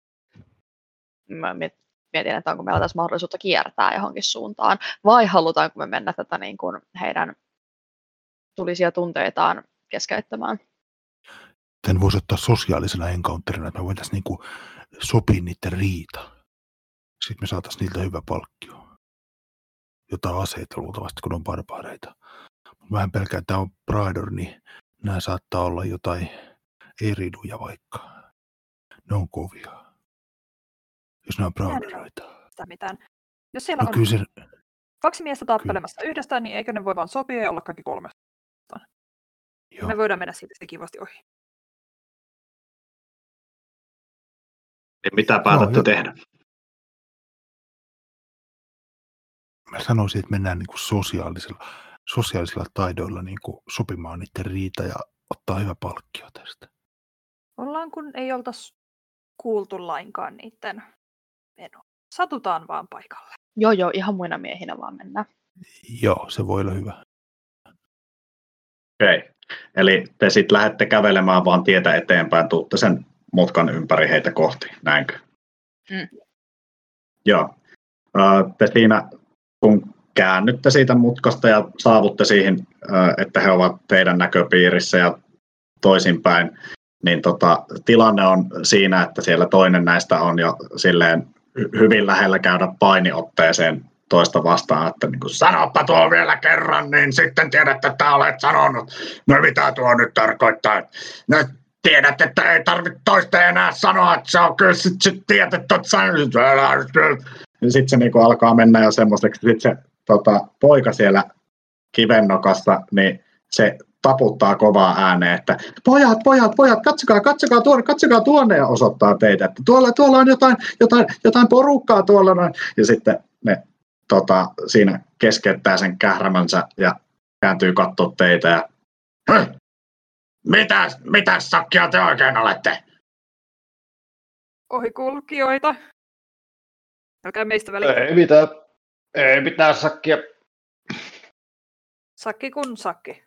Mä mietin, että onko meillä tässä mahdollisuutta kiertää johonkin suuntaan, vai halutaanko me mennä tätä niin kuin heidän tulisia tunteitaan keskeyttämään. Tän voisi ottaa sosiaalisena encounterina, että me voitaisiin niinku sopia niiden riita. Sitten me saataisiin niiltä hyvä palkkio. Jotain aseita luultavasti, kun on barbaareita. Mä vähän pelkään, että tämä on Pridor, niin nämä saattaa olla jotain eriduja vaikka. Ne on kovia. Jos ne on Pridoreita. Sitä mitään. Jos siellä No on kyllä se, kaksi miestä tappelemassa yhdestään, niin eikö ne voi vaan sopia ja olla kaikki kolme? joo. Me voidaan mennä siitä sitten kivasti ohi. Niin mitä päätätte joo. tehdä? Mä sanoisin, että mennään niinku sosiaalisilla, sosiaalisilla taidoilla niinku sopimaan niiden riita ja ottaa hyvä palkkio tästä. Ollaan kun ei oltaisi kuultu lainkaan niiden menoa. Satutaan vaan paikalle. Joo, joo, ihan muina miehinä vaan mennään. Joo, se voi olla hyvä. Okei. Okay. Eli te sitten lähdette kävelemään vaan tietä eteenpäin, tuutte sen mutkan ympäri heitä kohti, näinkö? Mm. Joo. Te siinä, kun käännytte siitä mutkasta ja saavutte siihen, että he ovat teidän näköpiirissä ja toisinpäin, niin tota, tilanne on siinä, että siellä toinen näistä on jo silleen hyvin lähellä käydä painiotteeseen toista vastaan, että niin kuin, sanoppa tuo vielä kerran, niin sitten tiedätte, että olet sanonut. No mitä tuo nyt tarkoittaa? No tiedät, että ei tarvitse toista enää sanoa, että se on kyllä, sit, sit tiedät, että olet sanonut. Sitten se niin kuin alkaa mennä jo semmoiseksi, sitten se tota, poika siellä kivennokassa, niin se taputtaa kovaa ääneen, että pojat, pojat, pojat, katsokaa, katsokaa tuonne, katsokaa tuonne ja osoittaa teitä, että tuolla, tuolla on jotain, jotain, jotain porukkaa tuolla noin. Ja sitten ne tota, siinä keskeyttää sen kährämänsä ja kääntyy katsoa teitä ja mitäs, mitäs sakkia te oikein olette? Ohikulkijoita. Älkää meistä väliä. Ei mitään, ei mitään sakkia. Sakki kun sakki.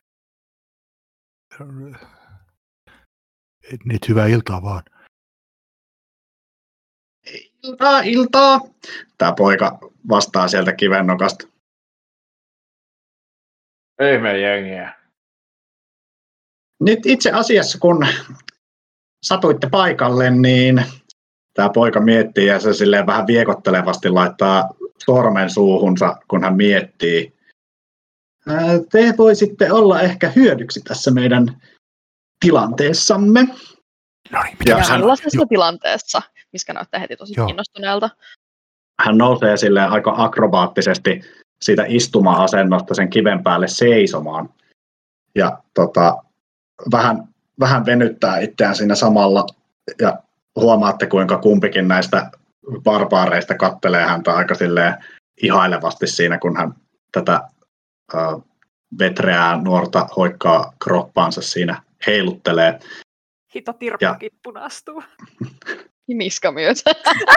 Nyt hyvää iltaa vaan. Iltaa, iltaa. Tämä poika vastaa sieltä kivennokasta. Ei me jengiä. Nyt itse asiassa, kun satuitte paikalle, niin tämä poika miettii ja se silleen vähän viekottelevasti laittaa sormen suuhunsa, kun hän miettii. Te voisitte olla ehkä hyödyksi tässä meidän tilanteessamme. No niin, Ja mitä hän- Millaisessa tilanteessa, missä näyttää heti tosi Joo. kiinnostuneelta. Hän nousee silleen aika akrobaattisesti siitä istuma-asennosta sen kiven päälle seisomaan. Ja tota, vähän, vähän venyttää itseään siinä samalla. Ja huomaatte, kuinka kumpikin näistä barbaareista kattelee häntä aika silleen ihailevasti siinä, kun hän tätä uh, vetreää nuorta hoikkaa kroppaansa siinä heiluttelee. Hito Tirppakin punastuu. Miska myötä.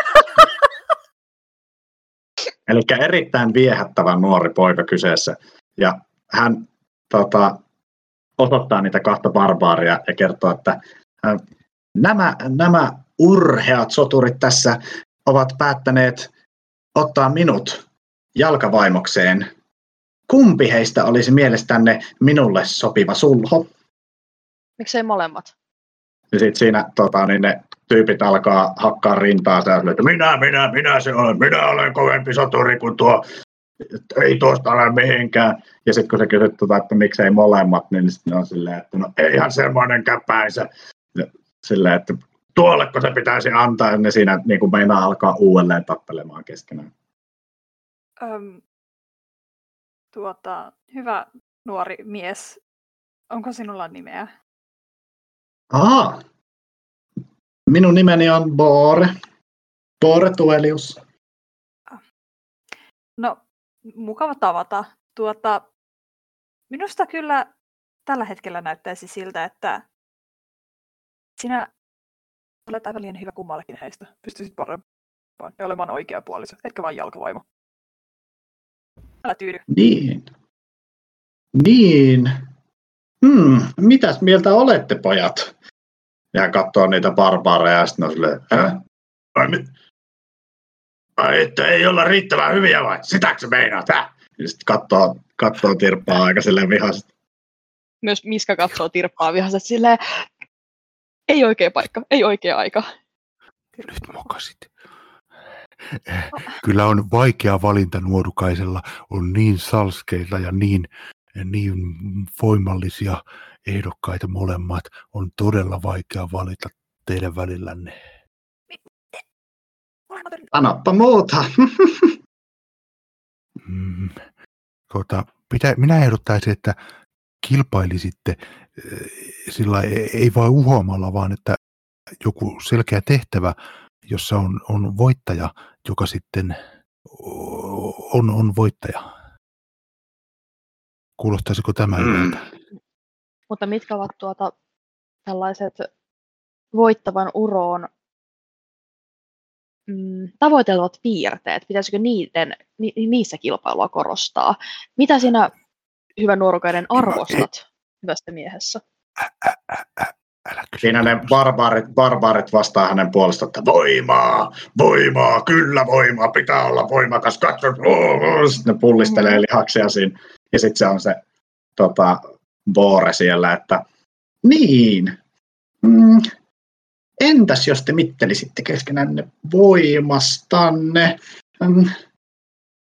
Eli erittäin viehättävä nuori poika kyseessä. Ja hän tota, osoittaa niitä kahta barbaaria ja kertoo, että äh, nämä, nämä urheat soturit tässä ovat päättäneet ottaa minut jalkavaimokseen. Kumpi heistä olisi mielestänne minulle sopiva sulho? Miksei molemmat? Ja sitten siinä tota, niin ne tyypit alkaa hakkaa rintaa ja että minä, minä, minä se olen, minä olen kovempi soturi kuin tuo, ei tuosta ole mihinkään. Ja sitten kun se kysyt, tota, että miksei molemmat, niin sitten on silleen, että no eihän semmoinen käpäisä. Ja silleen, että tuolleko se pitäisi antaa, ja ne siinä niin kuin meinaa alkaa uudelleen tappelemaan keskenään. Öm, tuota, hyvä nuori mies. Onko sinulla nimeä? Aha. Minun nimeni on Boore. Boore Tuelius. No, mukava tavata. Tuota, minusta kyllä tällä hetkellä näyttäisi siltä, että sinä olet aivan liian hyvä kummallekin heistä. Pystyisit parempaan ja olemaan oikea puoliso, etkä vain jalkavaimo. Älä tyydy. Niin. Niin. Hmm, mitäs mieltä olette, pojat? Ja hän katsoo niitä barbaareja ja sitten on silleen, äh? Ai, mit? Ai, että ei olla riittävän hyviä vai? Sitäkö sä meinaat, äh? Ja sitten katsoo, katsoo Tirppaa aika silleen vihaisesti. Myös Miska katsoo Tirppaa vihaisesti silleen, ei oikea paikka, ei oikea aika. Nyt mokasit. Kyllä on vaikea valinta nuorukaisella. On niin salskeita ja niin, niin voimallisia ehdokkaita molemmat. On todella vaikea valita teidän välillänne. Sanoppa muuta. Mm, tuota, pitä, minä ehdottaisin, että kilpailisitte eh, sillä ei, ei vain uhoamalla, vaan että joku selkeä tehtävä, jossa on, on voittaja, joka sitten on, on voittaja. Kuulostaisiko tämä Mm. hyvältä? Mutta mitkä ovat tuota tällaiset voittavan uroon mm, tavoiteltavat piirteet? Pitäisikö niiden, ni, niissä kilpailua korostaa? Mitä sinä, hyvä nuorukainen, arvostat hyvästä miehessä? Ä, ä, ä, ä, älä kysy Siinä ne tämmöistä. barbaarit, barbaarit vastaa hänen puolestaan, että voimaa, voimaa, kyllä voimaa, pitää olla voimakas, katso. Sitten ne pullistelee lihaksia siinä. Ja sitten se on se tota, Boore siellä, että niin, mm, entäs jos te mittelisitte keskenänne voimastanne? Mm,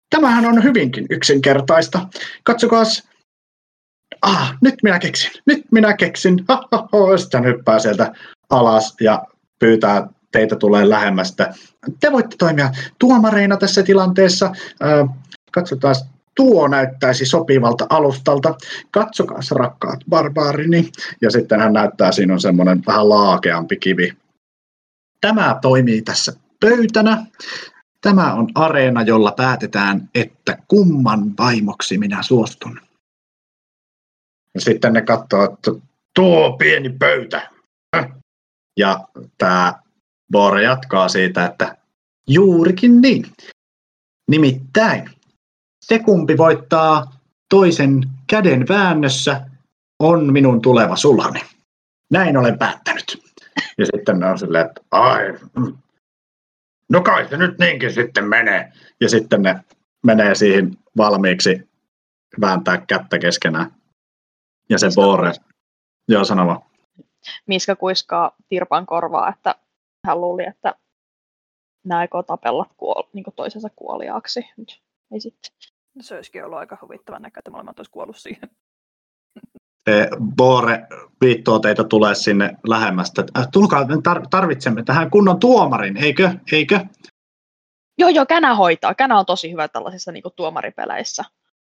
tämähän on hyvinkin yksinkertaista. Katsokaas. Ah, nyt minä keksin, nyt minä keksin. Ha, ha, ha. Sitten hän hyppää sieltä alas ja pyytää teitä tulee lähemmästä. Te voitte toimia tuomareina tässä tilanteessa. Äh, katsotaan, tuo näyttäisi sopivalta alustalta. Katsokaas, rakkaat barbaarini. Ja sitten hän näyttää, siinä on semmoinen vähän laakeampi kivi. Tämä toimii tässä pöytänä. Tämä on areena, jolla päätetään, että kumman vaimoksi minä suostun. Ja sitten ne katsoo, että tuo pieni pöytä. Ja tämä Boore jatkaa siitä, että juurikin niin. Nimittäin se kumpi voittaa toisen käden väännössä on minun tuleva sulhani. Näin olen päättänyt. Ja sitten ne on silleen, että ai, no kai se nyt niinkin sitten menee. Ja sitten ne menee siihen valmiiksi vääntää kättä keskenään. Ja se Boore, joo sano vaan. Miska kuiskaa Tirpan korvaa, että hän luuli, että nämä aikoo tapella kuol- niin toisensa kuoliaaksi. Nyt ei sitten. Se olisikin ollut aika huvittavan näkö, että molemmat olisi kuollut siihen. Se Boore viittoo teitä tulee sinne lähemmästä. Äh, tulkaa, me tar- tarvitsemme tähän kunnon tuomarin, eikö? eikö? Joo, joo, Känä hoitaa. Känä on tosi hyvä tällaisissa niin kuin tuomaripeleissä.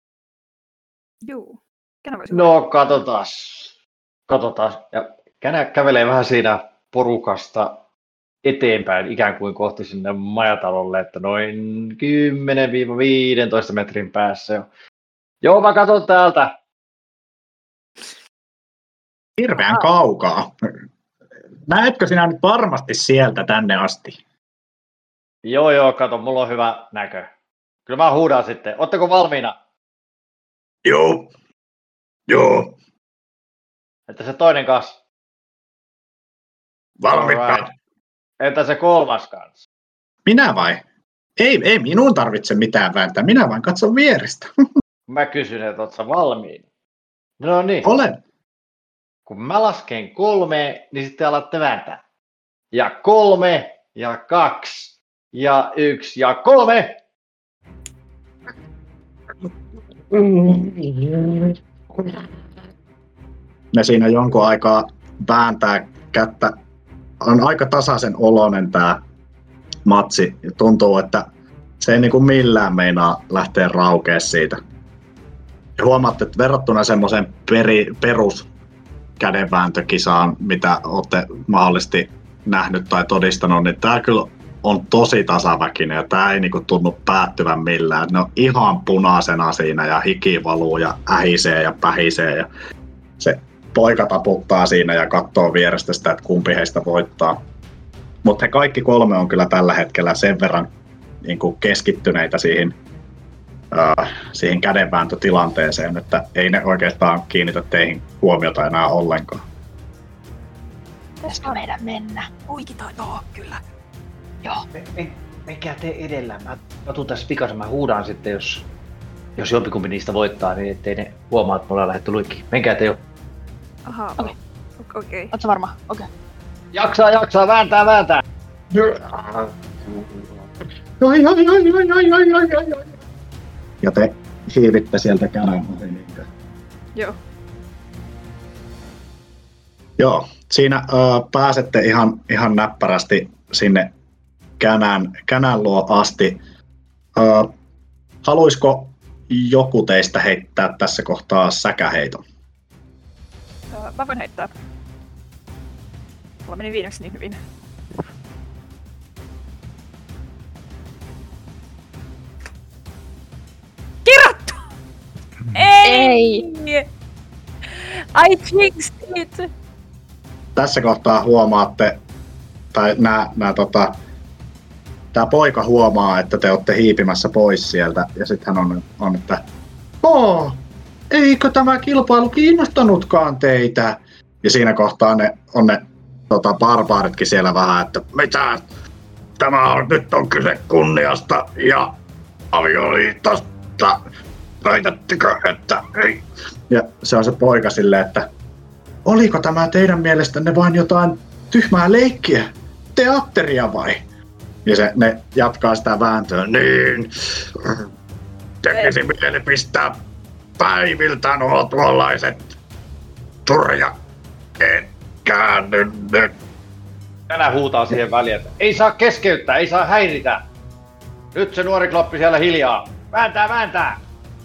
Juu. No, katsotaas. Katsotaas. Ja Känä kävelee vähän siinä porukasta eteenpäin, ikään kuin kohti sinne majatalolle, että noin kymmenen viisitoista metrin päässä. Joo, mä katson täältä. Hirveän ah. kaukaa. Näetkö sinä nyt varmasti sieltä tänne asti? Joo, joo, kato, mulla on hyvä näkö. Kyllä mä huudan sitten. Ootteko valmiina? Joo. Joo. Että se toinen kanssa. Valmiita. Right. Entä se kolmas kanssa? Minä vai? Ei, ei minun tarvitse mitään vääntää. Minä vain katson vierestä. Mä kysyn, että ootko sä valmiin? No niin. Olen. Kun mä lasken kolme, niin sitten alatte vääntää. Ja kolme, ja kaksi, ja yksi, ja kolme. Ne siinä jonkun aikaa vääntää kättä. On aika tasaisen oloinen tämä matsi. Tuntuu, että se ei niinku millään meinaa lähteä raukea siitä. Ja huomaatte, että verrattuna semmoiseen perus kädenvääntökisaan, mitä olette mahdollisesti nähnyt tai todistanut, niin tämä kyllä on tosi tasaväkinen ja tämä ei niinku tunnu päättyvän millään. Ne on ihan punaisena siinä ja hiki valuu ja ähisee ja pähisee ja se poika taputtaa siinä ja katsoo vierestä sitä, että kumpi heistä voittaa. Mutta he kaikki kolme on kyllä tällä hetkellä sen verran niin kuin keskittyneitä siihen, äh, siihen kädenvääntötilanteeseen, että ei ne oikeastaan kiinnitä teihin huomiota enää ollenkaan. Pitäisikö meidän mennä? Oikin tai joo, kyllä. Joo. Me, me, menkää te edellä. Mä, mä tuun tässä pikaisen, mä huudaan sitten, jos, jos jompikumpi niistä voittaa, niin ettei ne huomaa, että me ollaan lähdetty luikkiin. Menkää te jo. Aha, okei. Okay. Okay. Ootko varma? Okei. Okay. Jaksaa, jaksaa, vääntää, vääntää. Oi, oi, oi, oi, oi, oi, oi, oi, oi. Ja te hiivitte sieltä Känän ohi. Niinkö? Joo. Joo, siinä ö, pääsette ihan, ihan näppärästi sinne Känän, Känän luo asti. Ö, haluaisiko joku teistä heittää tässä kohtaa säkäheiton? Öö, mä voin heittää. Mulla meni viimeksi niin hyvin. Kirjattu! Ei! I jinxed it! Tässä kohtaa huomaatte, tai nää, nää tota, tää poika huomaa, että te olette hiipimässä pois sieltä, ja sitten hän on, on että Oo, eikö tämä kilpailu kiinnostanutkaan teitä? Ja siinä kohtaa ne on ne tota, barbaaritkin siellä vähän, että mitä? Tämä on, nyt on kyse kunniasta ja avioliitosta. Väitättekö, että ei? Ja se on se poika silleen, että oliko tämä teidän mielestänne vain jotain tyhmää leikkiä? Teatteria vai? Ja se, ne jatkaa sitä vääntöä. Niin, tekisi mieli pistää päiviltä nuo tuollaiset turjakkeet käänny nyt. Tänä huutaa siihen väliin, että ei saa keskeyttää, ei saa häiritä. Nyt se nuori kloppi siellä hiljaa. Vääntää, vääntää!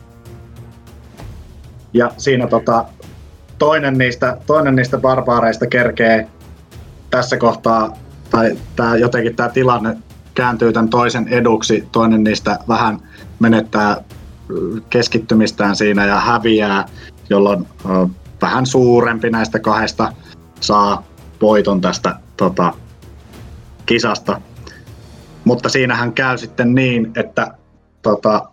Ja siinä tota, toinen, niistä, toinen niistä barbaareista kerkee tässä kohtaa, tai tää, jotenkin tämä tilanne kääntyy tämän toisen eduksi. Toinen niistä vähän menettää keskittymistään siinä ja häviää, jolloin ö, vähän suurempi näistä kahdesta saa voiton tästä tota, kisasta. Mutta siinähän käy sitten niin, että tota,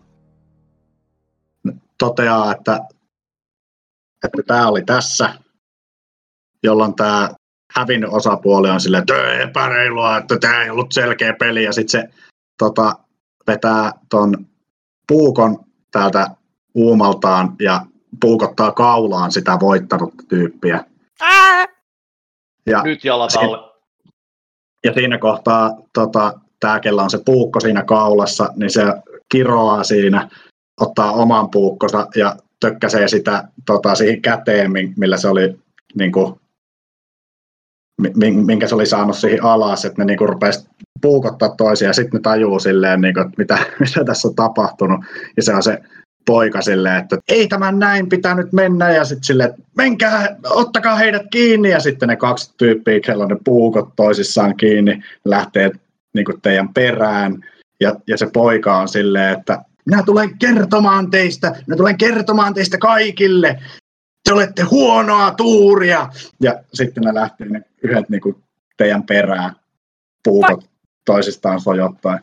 toteaa, että että tämä oli tässä, jolloin tämä hävinnyt osapuoli on silleen, että epäreilua, että tämä ei ollut selkeä peli, ja sitten se tota, vetää ton puukon täältä uumaltaan ja puukottaa kaulaan sitä voittanutta tyyppiä. Ää! Ja nyt jalat alle. Ja siinä kohtaa tota, tämä, kellä on se puukko siinä kaulassa, niin se kiroaa siinä, ottaa oman puukkonsa ja tökkäsee sitä tota, siihen käteen, millä se oli, niin kuin, minkä se oli saanut siihen alas, että ne niin kuin rupesi puukottaa toisiaan, ja sitten ne tajuu silleen, niin kuin, että mitä, mitä tässä on tapahtunut, ja se on se poika silleen, että ei tämän näin pitänyt mennä, ja sitten silleen, että menkää, ottakaa heidät kiinni, ja sitten ne kaksi tyyppiä, kello ne puukot toisissaan kiinni, lähtee niin kuin teidän perään, ja, ja se poika on silleen, että minä tulen kertomaan teistä, minä tulen kertomaan teistä kaikille. Te olette huonoa tuuria. Ja sitten ne lähtee ne yhdet niin kuin teidän perään puukot toisistaan sojottaen.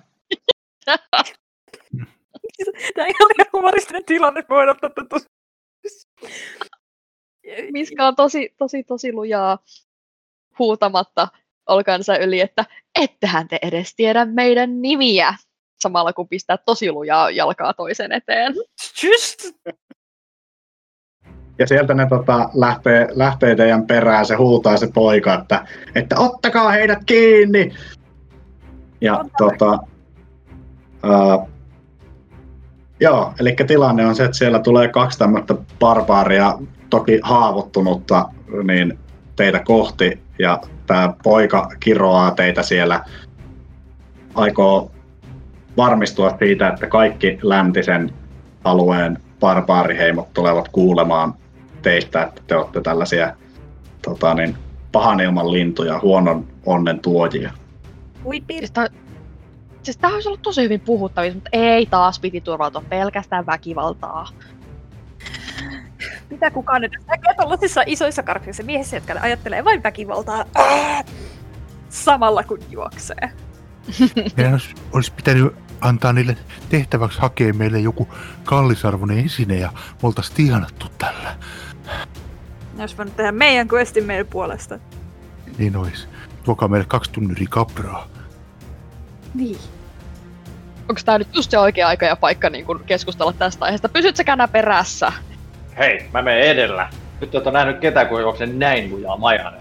Tämä ei ole humoristinen tilanne, voin ottaa tosi. Miska on tosi, tosi, tosi lujaa huutamatta olkansa yli, että ettehän te edes tiedä meidän nimiä. Samalla kun pistää tosi lujaa jalkaa toisen eteen. Just! Ja sieltä ne tota, lähtee, lähtee teidän perään, se huutaa se poika, että, että ottakaa heidät kiinni! Ja tota, uh, joo, eli tilanne on se, että siellä tulee kaksi tämmöistä barbaaria, toki haavoittunutta, niin teitä kohti, ja tämä poika kiroaa teitä siellä, aikoo varmistua siitä, että kaikki läntisen alueen barbaariheimot tulevat kuulemaan teistä, että te olette tällaisia tota, niin, pahan ilman lintuja, huonon onnen tuojia. Ui piirtä. Siis, tää, siis tää olisi ollut tosi hyvin puhuttavissa, mutta ei taas piti turvautua pelkästään väkivaltaa. Mitä kukaan edes näkee tollasissa isoissa karkeissa miehissä, jotka ajattelee vain väkivaltaa Ää! samalla kun juoksee. Meidän olisi, olisi pitänyt antaa niille tehtäväksi hakea meille joku kallisarvoinen esine ja me oltaisiin tienattu tällä. Ne olisi voinut tehdä meidän questin meidän puolesta. Niin olisi. Tuokaa meille kaksi tunnyria kapraa. Niin. Onko tää nyt just se oikea aika ja paikka niin kun keskustella tästä aiheesta? Pysyt sä känä perässä? Hei, mä menen edellä. Nyt et ole nähnyt ketään, kun juoksee näin lujaa majanen.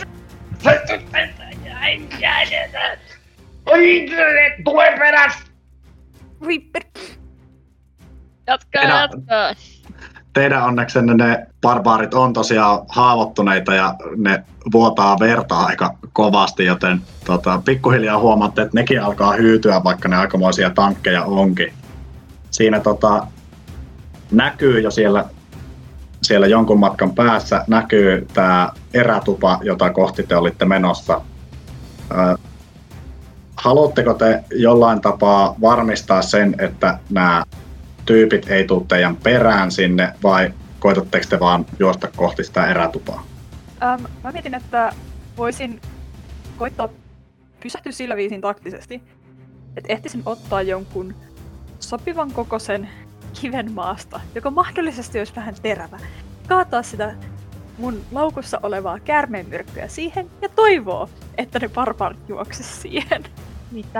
Oi, tule perässä! Viipper. Jatkaa, Enä- jatkaa. Teidän onneksenne ne barbaarit on tosiaan haavoittuneita ja ne vuotaa verta aika kovasti, joten tota, pikkuhiljaa huomaatte, että nekin alkaa hyytyä, vaikka ne aikamoisia tankkeja onkin. Siinä tota, näkyy jo siellä, siellä jonkun matkan päässä, näkyy tämä erätupa, jota kohti te olitte menossa. Ö, haluatteko te jollain tapaa varmistaa sen, että nämä tyypit ei tule teidän perään sinne, vai koitatteko te vaan juosta kohti sitä erätupaa? Ähm, mä mietin, että voisin koittaa pysähtyä sillä viisin taktisesti, että ehtisin ottaa jonkun sopivan kokoisen kiven maasta, joka mahdollisesti olisi vähän terävä, kaataa sitä mun laukussa olevaa käärmeenmyrkkyä siihen ja toivoo, että ne barbaarit juoksisi siihen. Mitä?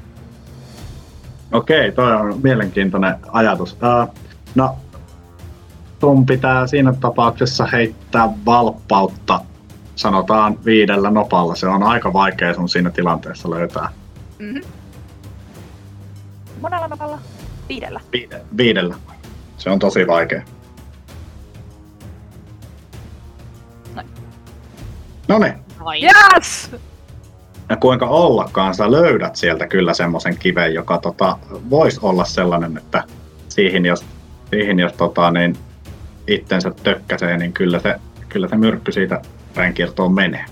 Okei, toi on mielenkiintoinen ajatus. Uh, no, sun pitää siinä tapauksessa heittää valppautta, sanotaan viidellä nopalla. Se on aika vaikea sun siinä tilanteessa löytää. Mm-hmm. Monella nopalla. Viidellä. Viide, viidellä. Se on tosi vaikea. Noin. Noniin. Yes! Ja kuinka ollakaan, sä löydät sieltä kyllä semmoisen kiven, joka tota, voisi olla sellainen, että siihen jos, siihen jos tota, niin itsensä tökkäsee, niin kyllä se, kyllä se myrkky siitä verenkiertoon menee.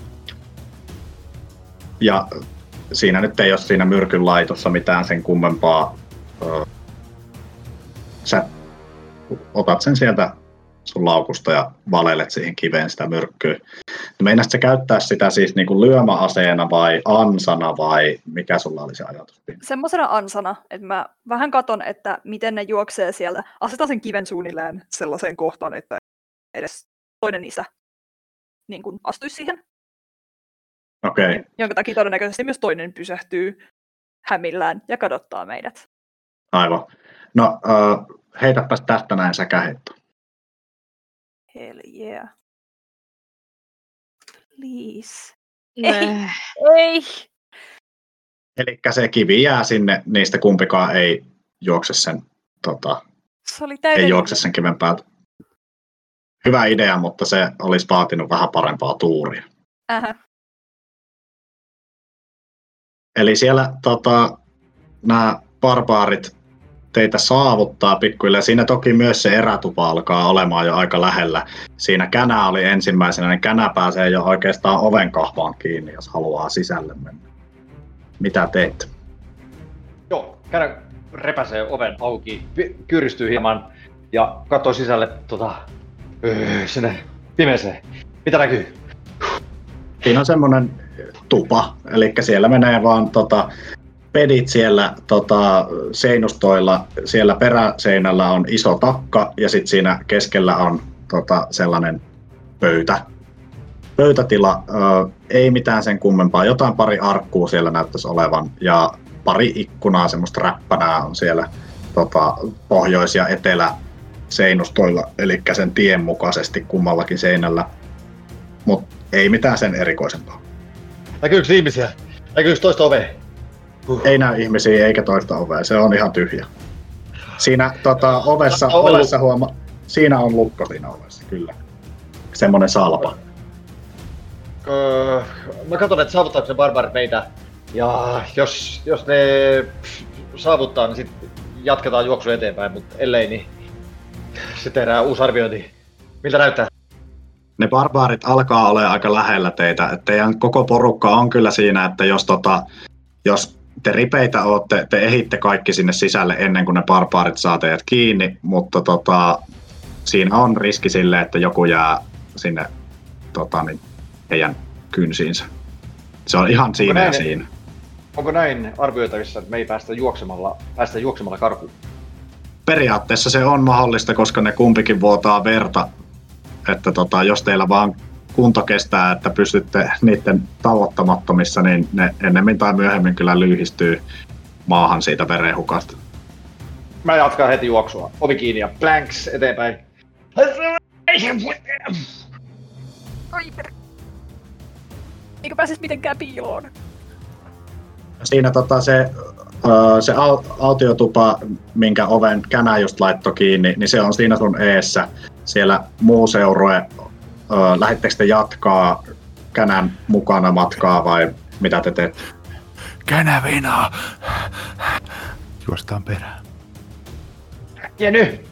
Ja siinä nyt ei ole siinä myrkyn laitossa mitään sen kummempaa. Sä otat sen sieltä sun laukusta ja valelet siihen kiveen sitä myrkkyä. Meinasit sä käyttää sitä siis niinku lyömäaseena vai ansana vai mikä sulla oli se ajatus? Semmoisena ansana, että mä vähän katon, että miten ne juoksee sieltä. Asetan sen kiven suunnilleen sellaiseen kohtaan, että edes toinen niistä niin kuin astuisi siihen. Okei. Okay. Jonka takia todennäköisesti myös toinen pysähtyy hämillään ja kadottaa meidät. Aivan. No, uh, heitäpäs tästä näin säkäheitto. Hell yeah. Please. Ei. Ei. Elikkä se kivi jää sinne, niistä kumpikaan ei juokse sen, tota, Se oli täydellinen. ei juokse sen kiven päältä. Hyvä idea, mutta se olisi vaatinut vähän parempaa tuuria. Ähä. Eli siellä tota, nämä barbaarit teitä saavuttaa pikkuhiljaa. Siinä toki myös se erätupa alkaa olemaan jo aika lähellä. Siinä Känä oli ensimmäisenä, niin Känä pääsee jo oikeastaan oven kahvaan kiinni, jos haluaa sisälle mennä. Mitä teet? Joo, Känä repäsee oven auki, kyyristyy hieman ja katsoo sisälle tota, öö, sinne pimeeseen. Mitä näkyy? Siinä on semmoinen tupa, eli siellä menee vaan tota, pedit siellä tota, seinustoilla. Siellä peräseinällä on iso takka ja sitten siinä keskellä on tota, sellainen pöytä. Pöytätila, ö, ei mitään sen kummempaa. Jotain pari arkkua siellä näyttäisi olevan ja pari ikkunaa, semmoista räppänää on siellä tota, pohjois- ja etelä-seinustoilla, eli sen tien mukaisesti kummallakin seinällä. Mutta ei mitään sen erikoisempaa. Näkyykö ihmisiä? Näkyykö toista ovea? Uh. Ei näy ihmisiä eikä toista ovea, se on ihan tyhjä. Siinä tota, ovessa, on ovessa huoma, siinä on lukko siinä ovessa, kyllä. Semmonen salpa. Öö, mä katson, että saavuttaako ne barbaarit meitä. Ja jos, jos ne saavuttaa, niin sitten jatketaan juoksua eteenpäin, mutta ellei, niin sitten tehdään uusi arviointi. Miltä näyttää? Ne barbaarit alkaa olla aika lähellä teitä. Et teidän koko porukka on kyllä siinä, että jos, tota, jos te ripeitä ootte, te ehitte kaikki sinne sisälle ennen kuin ne barbaarit saa teidät kiinni, mutta tota, siinä on riski sille, että joku jää sinne tota, niin, heidän kynsiinsä. Se on ihan siinä näin, ja siinä. Onko näin arvioitavissa, että me ei päästä juoksemalla, päästä juoksemalla karkuun? Periaatteessa se on mahdollista, koska ne kumpikin vuotaa verta. Että tota, jos teillä vaan kunto kestää, että pystytte niiden tavoittamattomissa, niin ne ennemmin tai myöhemmin kyllä lyhistyy maahan siitä verenhukasta. Mä jatkan heti juoksua. Ovi kiinni ja planks eteenpäin. Ai per... Eikö pääsis mitenkään piiloon? Siinä tota, se, se autiotupa, minkä oven Känä just laittoi kiinni, niin se on siinä sun eessä. Siellä muu seurue. Lähettekö te jatkaa Känän mukana matkaa vai mitä te teette? Känä venaa! Juostaan perään. Ja nyt!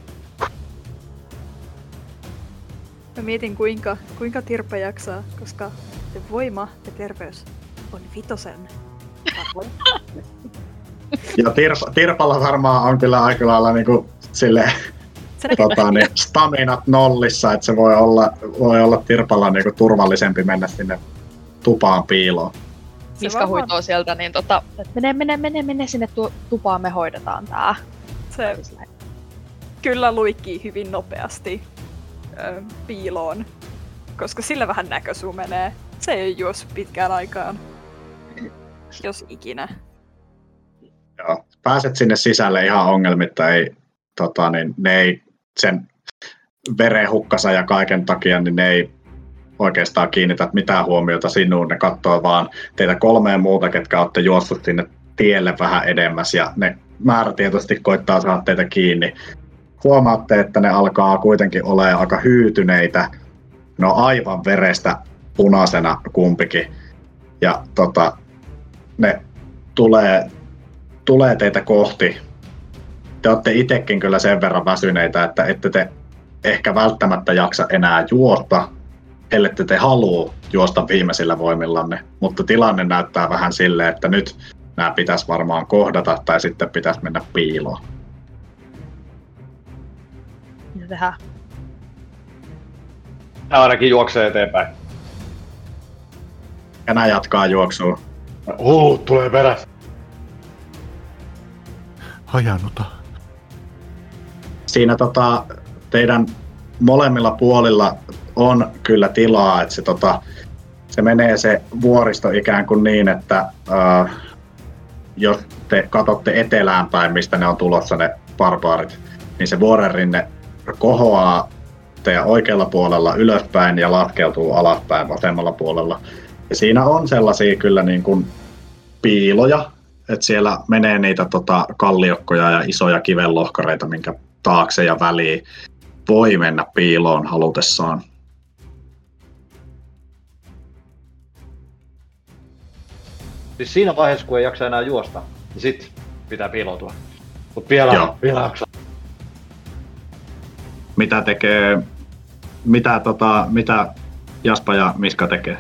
Mä mietin kuinka, kuinka Tirppa jaksaa, koska se voima ja terveys on vitosen arvoja. Ja Tirp- Tirpalla varmaan on kyllä aika lailla niinku silleen tota, niin, staminat nollissa, että se voi olla, voi olla Tirpalla niinku turvallisempi mennä sinne tupaan piiloon. Miska huitoo sieltä, niin tota, mene, mene, mene, mene sinne tu- tupaan, me hoidetaan tää. Se kyllä luikkii hyvin nopeasti ö, piiloon, koska sillä vähän näkösuu menee. Se ei juossut pitkään aikaan, jos ikinä. Joo. Pääset sinne sisälle ihan ongelmitta, ei, tota, niin, ne ei sen verenhukkansa ja kaiken takia, niin ne ei oikeastaan kiinnitä mitään huomiota sinuun, ne katsoo vaan teitä kolmea muuta, ketkä olette juossut sinne tielle vähän edemmäs ja ne määrätietoisesti koittaa saada teitä kiinni. Huomaatte, että ne alkaa kuitenkin olemaan aika hyytyneitä. Ne on aivan verestä punaisena kumpikin. Ja tota, ne tulee, tulee teitä kohti. Te olette itsekin kyllä sen verran väsyneitä, että ette te ehkä välttämättä jaksa enää juosta, ellette te halua juosta viimeisillä voimillanne. Mutta tilanne näyttää vähän silleen, että nyt nämä pitäisi varmaan kohdata tai sitten pitäisi mennä piiloon. Mitä tehdään? Nämä ainakin juoksee eteenpäin. Ja nämä jatkaa juoksua. Uh, tulee perässä. Hajannuta. Siinä tota, teidän molemmilla puolilla on kyllä tilaa, että se, tota, se menee se vuoristo ikään kuin niin, että äh, jos te katsotte etelään päin, mistä ne on tulossa ne barbaarit, niin se vuorenrinne kohoaa teidän oikealla puolella ylöspäin ja laskeutuu alaspäin vasemmalla puolella. Ja siinä on sellaisia kyllä niin kuin piiloja, että siellä menee niitä tota, kalliokkoja ja isoja kivenlohkareita, minkä taakse ja väliin voi mennä piiloon halutessaan. Siis siinä vaiheessa, kun ei jaksa enää juosta, niin sit pitää piiloutua. Mut vielä, Joo. vielä jaksaa. Mitä tekee, mitä, tota, mitä Jaspa ja Miska tekee?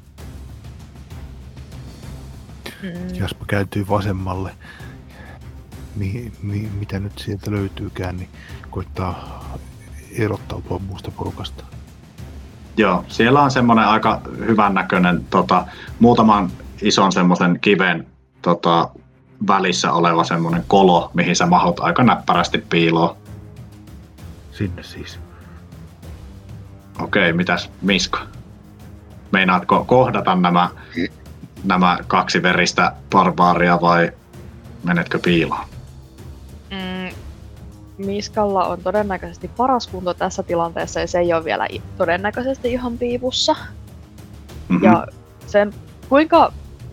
Mm. Jaspa kääntyy vasemmalle. Mi, mi, mitä nyt sieltä löytyykään, niin koittaa erottautua muusta porukasta. Joo, siellä on semmoinen aika hyvän näköinen tota, muutaman ison semmoisen kiven tota, välissä oleva semmoinen kolo, mihin sä mahut aika näppärästi piiloon. Sinne siis. Okei, mitäs Miska? Meinaatko kohdata nämä, nämä kaksi veristä barbaaria vai menetkö piiloon? Mm, Miskalla on todennäköisesti paras kunto tässä tilanteessa ja se ei ole vielä i- todennäköisesti ihan piipussa. Mm-hmm. Ja sen kuinka...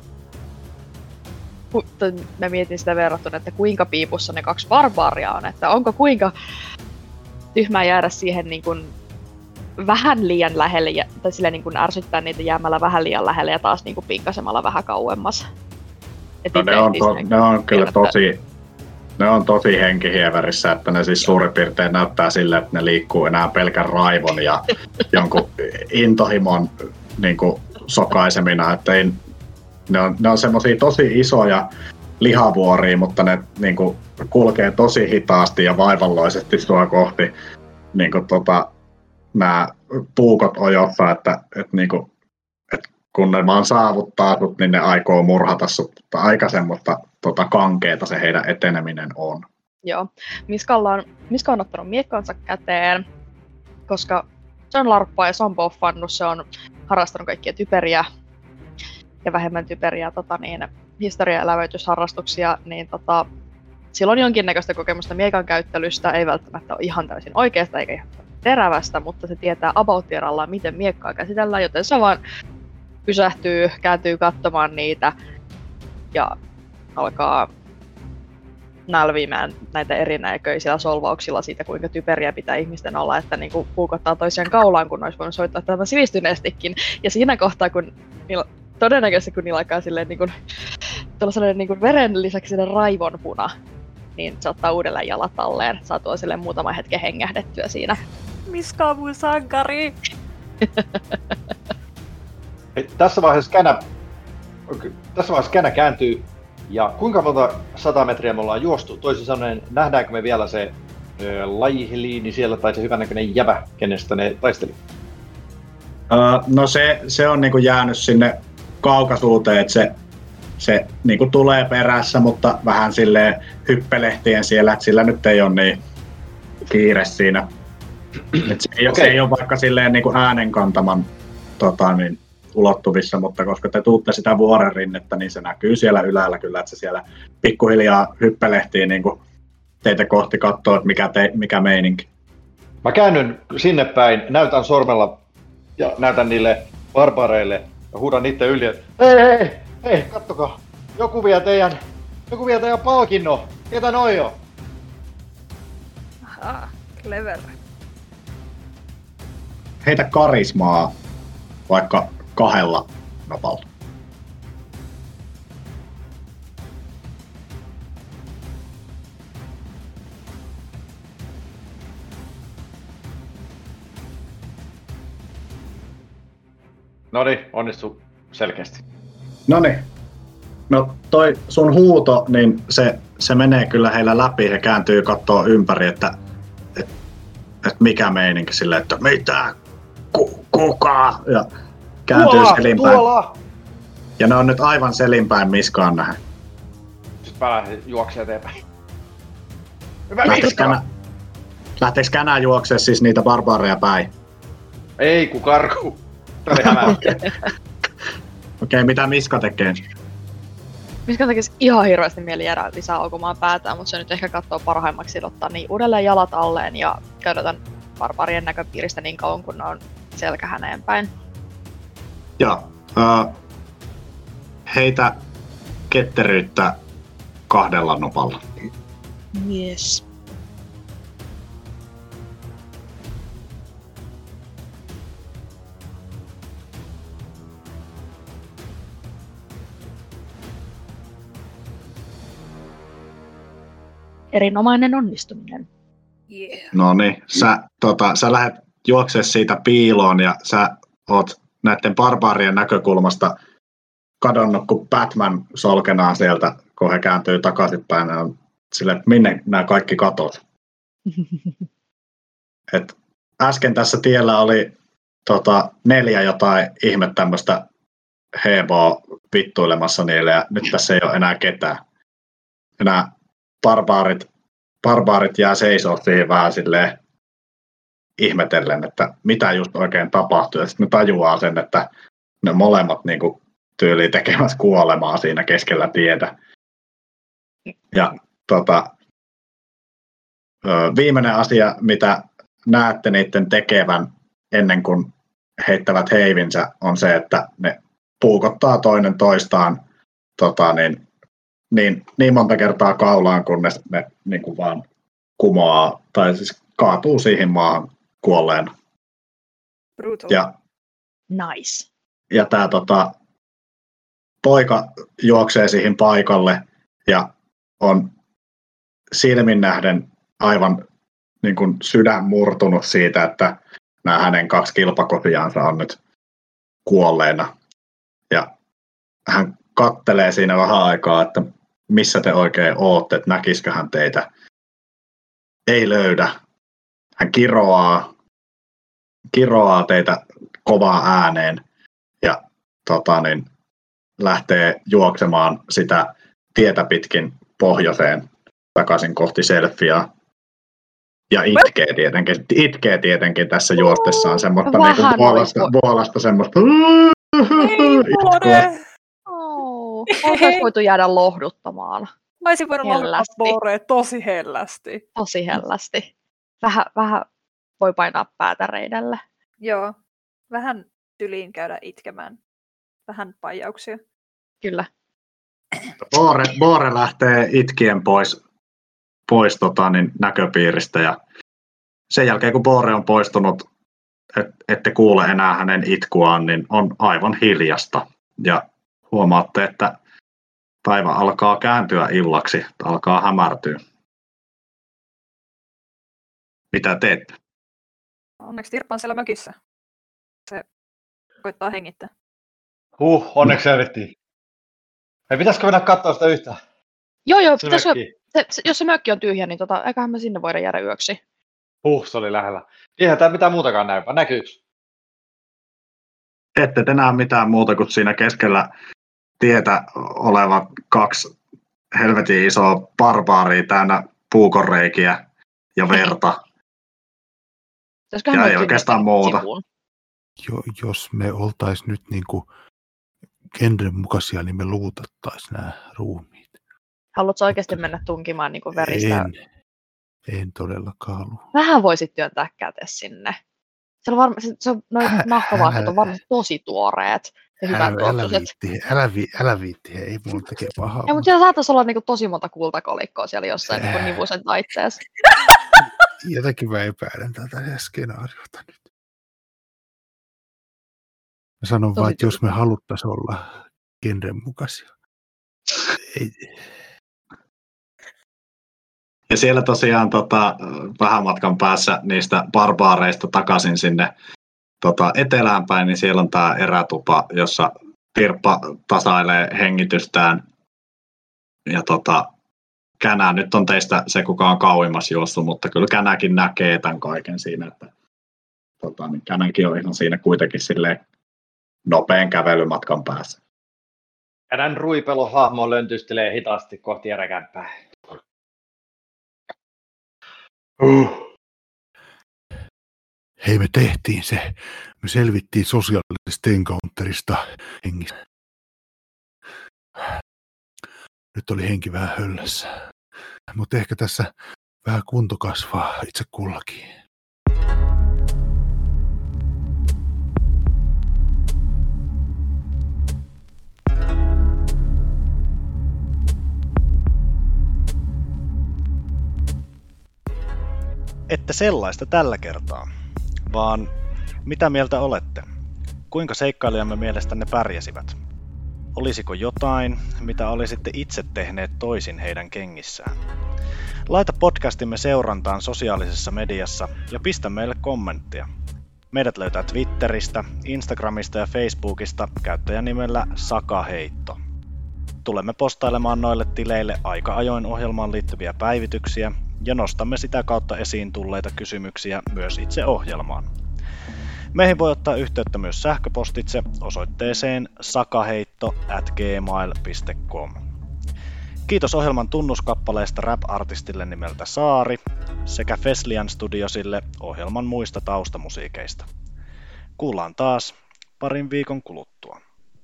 Ku, t- mä mietin sitä verrattuna, että kuinka piipussa ne kaksi barbaaria on, että onko kuinka tyhmää jäädä siihen niin kuin vähän liian lähelle, ja- tai sille niin kuin ärsyttää niitä jäämällä vähän liian lähelle ja taas niin kuin pinkasemalla vähän kauemmas. Et No, itse ne, on ehtii to, sinne ne on kyllä piirrettä- tosi, ne on tosi henkihieverissä, että ne siis suurin piirtein näyttää sille, että ne liikkuu enää pelkän raivon ja jonkun intohimon niin kuin sokaisemina, että ei, ne on, ne on semmosia tosi isoja lihavuoria, mutta ne niin kuin kulkee tosi hitaasti ja vaivalloisesti sua kohti niin kuin, tota, nämä puukot ojossa, että, että, niin kuin, että kun ne vaan saavuttaa sut, niin ne aikoo murhata sut. Aika semmoista tota, kankeeta se heidän eteneminen on. Joo. Miskalla on, Miska on ottanut miekkansa käteen, koska se on larppaa ja se on boffannut, se on harrastanut kaikkia typeriä ja vähemmän typeriä tota niin, historia- ja läväytysharrastuksia, niin tota, sillä on jonkinnäköistä kokemusta miekan käyttelystä, ei välttämättä ole ihan täysin oikeasta eikä ihan terävästä, mutta se tietää about-tierallaan, miten miekkaa käsitellään, joten se vaan pysähtyy, kääntyy katsomaan niitä ja alkaa nälvimään näitä erinäköisillä solvauksilla siitä, kuinka typeriä pitää ihmisten olla, että niinku puukottaa toisiaan kaulaan, kun olisi voinut soittaa tämän sivistyneestikin. Ja siinä kohtaa, kun niillä, todennäköisesti kun niillä alkaa silleen niinku, tuollainen niinku veren lisäksi silleen raivonpuna, niin se ottaa uudelleen jalat alleen. Saa tuo silleen muutama hetken hengähdettyä siinä. Miska on mun sankari! Hei, tässä vaiheessa Känä, tässä vaiheessa Känä kääntyy. Ja kuinka monta sata metriä me ollaan juostu? Toisin sanoen, nähdäänkö me vielä se ö, lajihliini siellä tai se hyvännäköinen jävä, kenestä ne taisteli? Öö, no se, se on niinku jäänyt sinne kaukaisuuteen, että se, se niinku tulee perässä, mutta vähän silleen hyppelehtien siellä, että sillä nyt ei ole niin kiire siinä. Et se, ei, Okei. se ei ole vaikka silleen niinku äänenkantaman tota, niin, ulottuvissa, mutta koska te tuutte sitä vuorenrinnettä, niin se näkyy siellä ylällä kyllä, että se siellä pikkuhiljaa hyppelehtii niin kuin teitä kohti katsoo, että mikä, te, mikä meininki. Mä käännyn sinne päin, näytän sormella ja näytän niille barbareille ja huudan niitten yli, että hei hei hei, kattokaa, joku vie teidän, joku vie teidän palkinnon. Ketä noi on? Ahaa, clever. Heitä karismaa vaikka kahdella nopalla. Noniin, onnistu selkeästi. Noniin. No toi sun huuto, niin se, se menee kyllä heillä läpi. He kääntyy kattoo ympäri, että et, et mikä meininki silleen, että mitä? Ku, kuka? Ja kääntyy tuolla, selinpäin. Tuolla! Ja ne on nyt aivan selinpäin Miskaan nähden. Sitten mä lähdin juoksemaan eteenpäin. Hyvä Lähteekö Miska! känä, lähteekö känä juoksee siis niitä barbaareja päin? Ei ku karku. Tää oli hämää. Okei, okay, mitä Miska tekee? Miska tekisi ihan hirveästi mieli jäädä lisää aukomaan päätään, mutta se nyt ehkä katsoo parhaimmaksi ottaa niin uudelleen jalat alleen ja käydä tämän barbarien näköpiiristä niin kauan, kun ne on selkä häneen päin. Joo. Äh, heitä ketteryyttä kahdella nopalla. Yes. Erinomainen onnistuminen. Yeah. No niin, sä, tota, sä lähdet juoksemaan siitä piiloon ja sä oot näiden barbaarien näkökulmasta kadonnut, kun Batman solkenaa sieltä, kun he kääntyy takaisinpäin. Ja on sille, että minne nämä kaikki katot. Et äsken tässä tiellä oli tota, neljä jotain ihme tämmöistä heboa vittuilemassa niille ja nyt tässä ei ole enää ketään. Ja nämä barbaarit, barbaarit jää seisoo siihen vähän silleen ihmetellen, että mitä just oikein tapahtuu. Ja sitten ne tajuaa sen, että ne molemmat niin kuin, tyyliin tekevät kuolemaa siinä keskellä tietä. Ja tota, viimeinen asia, mitä näette niiden tekevän ennen kuin heittävät heivinsä, on se, että ne puukottaa toinen toistaan tota, niin, niin, niin monta kertaa kaulaan, kunnes ne niin kuin vaan kumoaa tai siis kaatuu siihen maahan kuolleena. Brutal. Ja, Nice. ja tämä tota, poika juoksee siihen paikalle ja on silmin nähden aivan niin kuin sydän murtunut siitä, että nämä hänen kaksi kilpakotiaansa on nyt kuolleena. Ja hän kattelee siinä vähän aikaa, että missä te oikein ootte, että näkisikö hän teitä. Ei löydä. Hän kiroaa, kiroaa teitä kovaa ääneen ja tota, niin, lähtee juoksemaan sitä tietä pitkin pohjoiseen takaisin kohti Selfiaa. Ja itkee tietenkin, itkee tietenkin tässä juostessaan semmoista niinku vuolasta, vuolasta semmoista Ei, Oh, olisi voitu jäädä lohduttamaan. Mä olisin voinut Hellästi. lohduttaa Borea tosi hellästi. Tosi hellästi. Vähän, vähän voi painaa päätä reidelle. Joo. Vähän tyliin käydä itkemään. Vähän paijauksia. Kyllä. Boore, Boore lähtee itkien pois, pois tota, niin, näköpiiristä ja sen jälkeen kun Boore on poistunut, et, ette kuule enää hänen itkuaan, niin on aivan hiljasta ja huomaatte, että päivä alkaa kääntyä illaksi, alkaa hämärtyä. Mitä teette? Onneksi Tirppa on siellä mökissä. Se koittaa hengittää. Huh, onneksi selvittiin. Ei pitäisikö mennä katsoa sitä yhtään? Joo, joo, Se pitäisi, mökki. se, se, jos se mökki on tyhjä, niin tota, eiköhän me sinne voida jäädä yöksi. Huh, se oli lähellä. Eihän tää mitään muutakaan näy, vaan näkyykö? Ette te näe mitään muuta kuin siinä keskellä tietä olevat kaksi helvetin isoa barbaaria täynnä puukonreikiä ja verta. Pitäisiköhän Ja me ei sinne oikeastaan muuta. sivuun? Jo, jos me oltais nyt niin kuin genren mukaisia, niin me luutattaisiin nämä ruumiit. Haluatko oikeasti mennä tunkimaan niin kuin veristä? En, en todellakaan halua. Vähän voisit työntää kätes sinne. Se on, varma, se, se on, noi Hä- nahkavaatteet on hä- varmasti tosi tuoreet. ja hyvän Älä, älä tuoksuiset. viitti, älä, vi, älä viitti, ei mulla tekee pahaa. Ja, mutta siellä saattaisi olla niinku tosi monta kultakolikkoa siellä jossain niinku nivusen taitteessa. Jotenkin mä epäilen tätä skenaariota nyt. Mä sanon Tosi vaan, että jos tylsä. me haluttaisiin olla genren mukaisia. Ei. Ja siellä tosiaan tota, vähän matkan päässä niistä barbaareista takaisin sinne tota, etelään päin, niin siellä on tämä erätupa, jossa Tirppa tasailee hengitystään. Ja tota, Känä nyt on teistä se, kuka on kauimmas juossut, mutta kyllä Känäkin näkee tämän kaiken siinä, että tota, niin Känänkin on ihan siinä kuitenkin silleen nopean kävelymatkan päässä. Känän ruipelo hahmo löntystelee hitaasti kohti järäkämpää. Uh. Hei, me tehtiin se. Me selvittiin sosiaalisesta encounterista hengissä. Nyt oli henki vähän höllässä. Mutta ehkä tässä vähän kunto kasvaa itse kullakin. Ette sellaista tällä kertaa, vaan mitä mieltä olette? Kuinka seikkailijamme mielestänne pärjäsivät? Olisiko jotain, mitä olisitte itse tehneet toisin heidän kengissään? Laita podcastimme seurantaan sosiaalisessa mediassa ja pistä meille kommenttia. Meidät löytää Twitteristä, Instagramista ja Facebookista käyttäjänimellä Sakaheitto. Tulemme postailemaan noille tileille aika ajoin ohjelmaan liittyviä päivityksiä ja nostamme sitä kautta esiin tulleita kysymyksiä myös itse ohjelmaan. Meihin voi ottaa yhteyttä myös sähköpostitse osoitteeseen sakaheitto at gmail piste com. Kiitos ohjelman tunnuskappaleesta rap-artistille nimeltä Saari sekä Feslian Studiosille ohjelman muista taustamusiikeista. Kuullaan taas parin viikon kuluttua.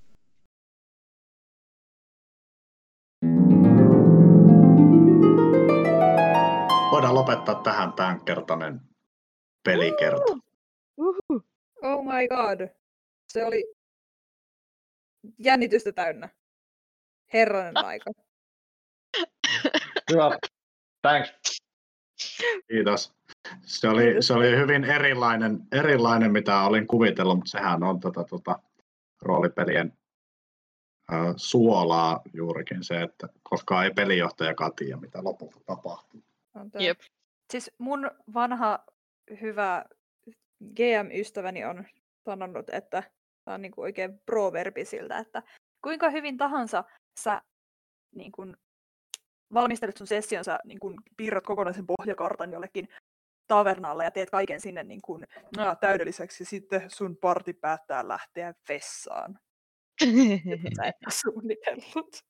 Voidaan lopettaa tähän tämänkertainen pelikerta. Uhuh. Oh my god. Se oli jännitystä täynnä. Herranen aika. Hyvä. Thanks. Kiitos. Se oli, se oli hyvin erilainen, erilainen, mitä olin kuvitellut, mutta sehän on tota, tota, roolipelien äh, suolaa juurikin se, että koskaan ei pelijohtajakaan tiedä, mitä lopulta tapahtuu. Jep. Siis mun vanha hyvä G M-ystäväni on sanonut, että tämä on niinku oikein proverbi siltä, että kuinka hyvin tahansa sä niin kun, valmistelet sun sessionsa, niin kun, piirrät kokonaisen pohjakartan jollekin tavernalle ja teet kaiken sinne niin kun, no, täydelliseksi, sitten sun parti päättää lähteä vessaan. Sä et ole suunnitellut.